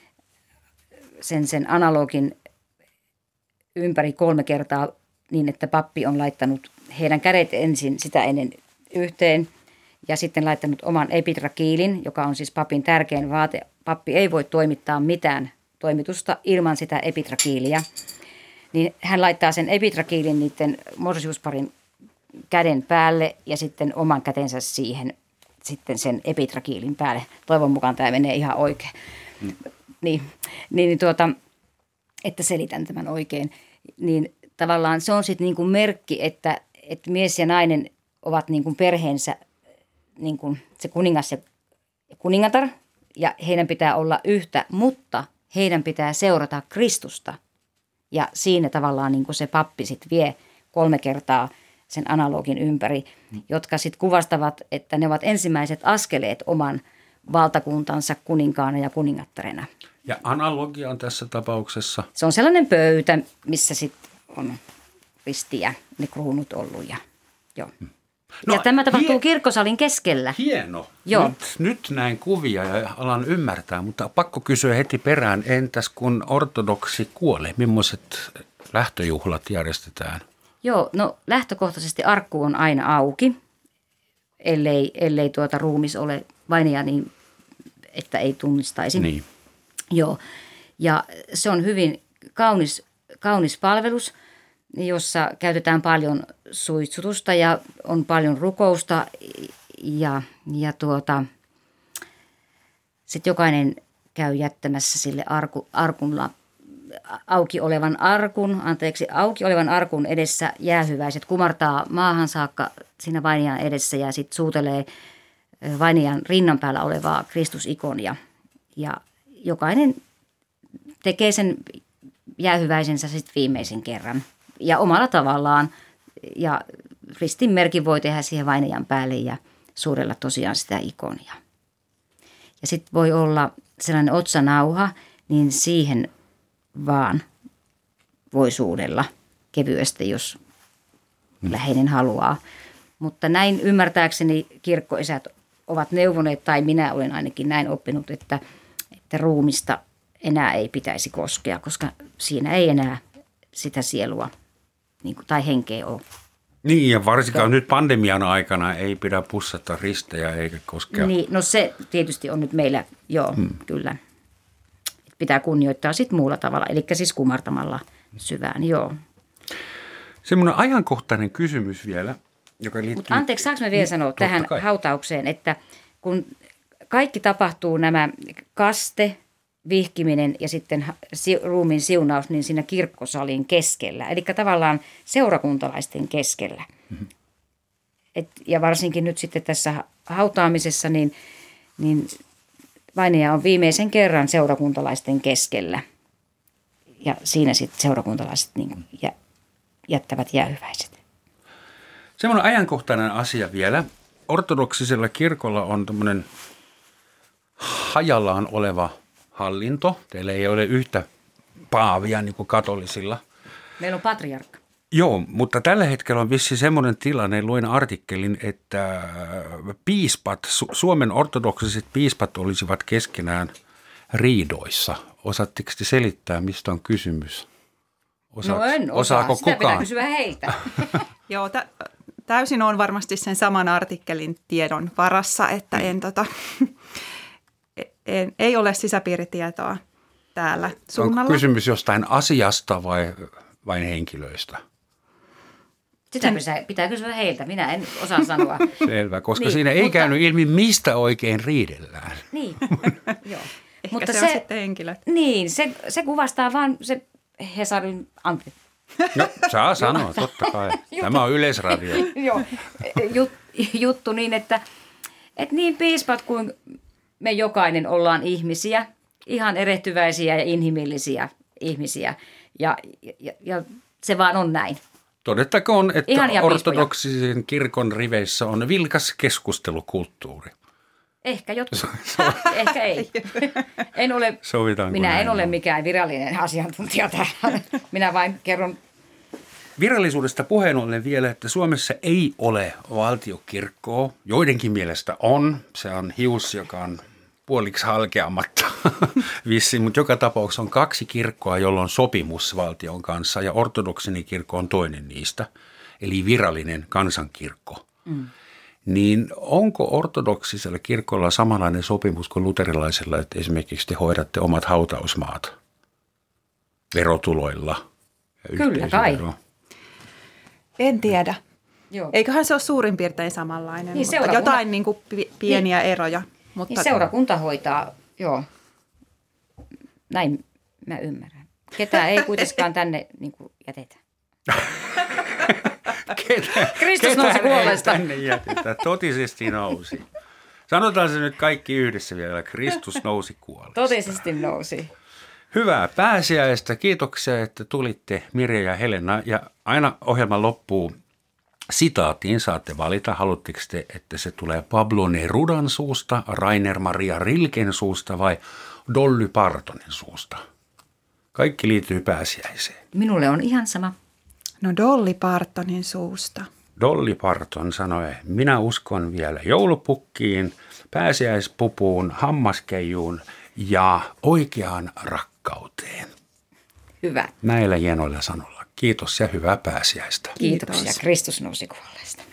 sen, sen analogin ympäri kolme kertaa niin, että pappi on laittanut heidän kädet ensin sitä ennen yhteen ja sitten laittanut oman epitrakiilin, joka on siis papin tärkein vaate. Pappi ei voi toimittaa mitään toimitusta ilman sitä epitrakiilia. Niin hän laittaa sen epitrakiilin niiden morsiusparin käden päälle ja sitten oman kätensä siihen sitten sen epitrakiilin päälle. Toivon mukaan tämä menee ihan oikein. Mm. Niin, niin tuota, että selitän tämän oikein. Niin tavallaan se on sitten niin kuin merkki, että, että mies ja nainen ovat niin kuin perheensä niin kuin se kuningas ja kuningatar ja heidän pitää olla yhtä, mutta heidän pitää seurata Kristusta. Ja siinä tavallaan niin kuin se pappi sitten vie kolme kertaa sen analogin ympäri, jotka sitten kuvastavat, että ne ovat ensimmäiset askeleet oman valtakuntansa kuninkaana ja kuningattarena. Ja analogia on tässä tapauksessa? Se on sellainen pöytä, missä sitten on ristiä, ne kruunut ollut. Ja, joo. No, ja tämä tapahtuu hie- kirkkosalin keskellä. Hieno. Joo. Nyt, nyt näin kuvia ja alan ymmärtää, mutta pakko kysyä heti perään, entäs kun ortodoksi kuolee, millaiset lähtöjuhlat järjestetään? Joo, no lähtökohtaisesti arkku on aina auki, ellei, ellei tuota ruumis ole vainija niin, että ei tunnistaisi. Niin. Joo, ja se on hyvin kaunis, kaunis palvelus, jossa käytetään paljon suitsutusta ja on paljon rukousta ja, ja tuota, sitten jokainen käy jättämässä sille arku, arkulla auki olevan arkun, anteeksi, auki olevan arkun edessä jäähyväiset kumartaa maahan saakka siinä vainijan edessä ja sitten suutelee vainijan rinnan päällä olevaa Kristusikonia. Ja jokainen tekee sen jäähyväisensä sitten viimeisen kerran ja omalla tavallaan. Ja ristinmerkin voi tehdä siihen vainijan päälle ja suurella tosiaan sitä ikonia. Ja sitten voi olla sellainen otsanauha, niin siihen vaan voi suudella kevyesti, jos läheinen haluaa. Mutta näin ymmärtääkseni kirkkoisät ovat neuvoneet, tai minä olen ainakin näin oppinut, että, että ruumista enää ei pitäisi koskea, koska siinä ei enää sitä sielua niin kuin, tai henkeä ole. Niin, ja varsinkaan nyt pandemian aikana ei pidä pussata ristejä eikä koskea. Niin, no se tietysti on nyt meillä, joo, hmm. kyllä. Pitää kunnioittaa sitten muulla tavalla, eli siis kumartamalla syvään, joo. Semmoinen ajankohtainen kysymys vielä, joka liittyy... Mutta anteeksi, saanko mä vielä sanoa tähän kai. hautaukseen, että kun kaikki tapahtuu nämä kaste, vihkiminen ja sitten ruumiin siunaus, niin siinä kirkkosalin keskellä, eli tavallaan seurakuntalaisten keskellä. Mm-hmm. Et, ja varsinkin nyt sitten tässä hautaamisessa, niin... niin vainaja on viimeisen kerran seurakuntalaisten keskellä ja siinä sitten seurakuntalaiset niin jä, jättävät jäähyväiset. Semmoinen ajankohtainen asia vielä. Ortodoksisella kirkolla on tämmöinen hajallaan oleva hallinto. Teillä ei ole yhtä paavia niin kuin katolisilla. Meillä on patriarkka. Joo, mutta tällä hetkellä on vissi semmoinen tilanne, luin artikkelin, että piispat, Su- Suomen ortodoksiset piispat olisivat keskenään riidoissa. Osaatteko te selittää, mistä on kysymys? Osaako, no en osaa, osaako sitä kukaan? Pitää kysyä heiltä. Joo, tä- täysin on varmasti sen saman artikkelin tiedon varassa, että en, tota, en, ei ole sisäpiiritietoa täällä suunnalla. Onko kysymys jostain asiasta vai vain henkilöistä? Sitä pitää, pitää kysyä heiltä. Minä en osaa sanoa. Selvä, koska niin, siinä ei mutta, käynyt ilmi, mistä oikein riidellään. Niin, joo. Ehkä mutta se, se on sitten henkilöt. Niin, se, se kuvastaa vaan se Hesarin Antti. No, saa sanoa, totta kai. Tämä on Yleisradio. Joo, Jut, juttu niin, että, että niin piispat kuin me jokainen ollaan ihmisiä, ihan erehtyväisiä ja inhimillisiä ihmisiä. Ja, ja, ja se vaan on näin. Todettakoon, että ortodoksisen kirkon riveissä on vilkas keskustelukulttuuri. Ehkä jotkut, ehkä ei. En ole, minä en ole on. mikään virallinen asiantuntija tähän. Minä vain kerron. Virallisuudesta puheen ollen vielä, että Suomessa ei ole valtiokirkkoa. Joidenkin mielestä on. Se on hius, joka on puoliksi halkeamatta vissiin, mutta joka tapauksessa on kaksi kirkkoa, jolla on sopimus valtion kanssa ja ortodoksinen kirkko on toinen niistä, eli virallinen kansankirkko. Mm. Niin onko ortodoksisella kirkolla samanlainen sopimus kuin luterilaisella, että esimerkiksi te hoidatte omat hautausmaat verotuloilla? Ja Kyllä kai. En tiedä. Joo. Eiköhän se ole suurin piirtein samanlainen, Niin, mutta seurakunta- jotain niin kuin pieniä Niin. eroja. Mutta Niin seurakunta hoitaa, joo. Näin mä ymmärrän. Ketään ei kuitenkaan tänne niin kuin jätetä. Ketä, Kristus ketään nousi ei kuolleista. tänne jätetä. Totisesti nousi. Sanotaan se nyt kaikki yhdessä vielä. Kristus nousi kuolleista. Totisesti nousi. Hyvää pääsiäistä. Kiitoksia, että tulitte Mirja ja Helena. Ja aina ohjelman loppuun sitaatiin saatte valita. Haluatteko te, että se tulee Pablo Nerudan suusta, Rainer Maria Rilken suusta vai Dolly Partonin suusta? Kaikki liittyy pääsiäiseen. Minulle on ihan sama. No Dolly Partonin suusta. Dolly Parton sanoi, minä uskon vielä joulupukkiin, pääsiäispupuun, hammaskeijuun ja oikeaan rakkauteen. Hyvä. Näillä hienoilla sanoilla. Kiitos ja hyvää pääsiäistä. Kiitoksia. Kiitos. Kristus nousi kuolleista.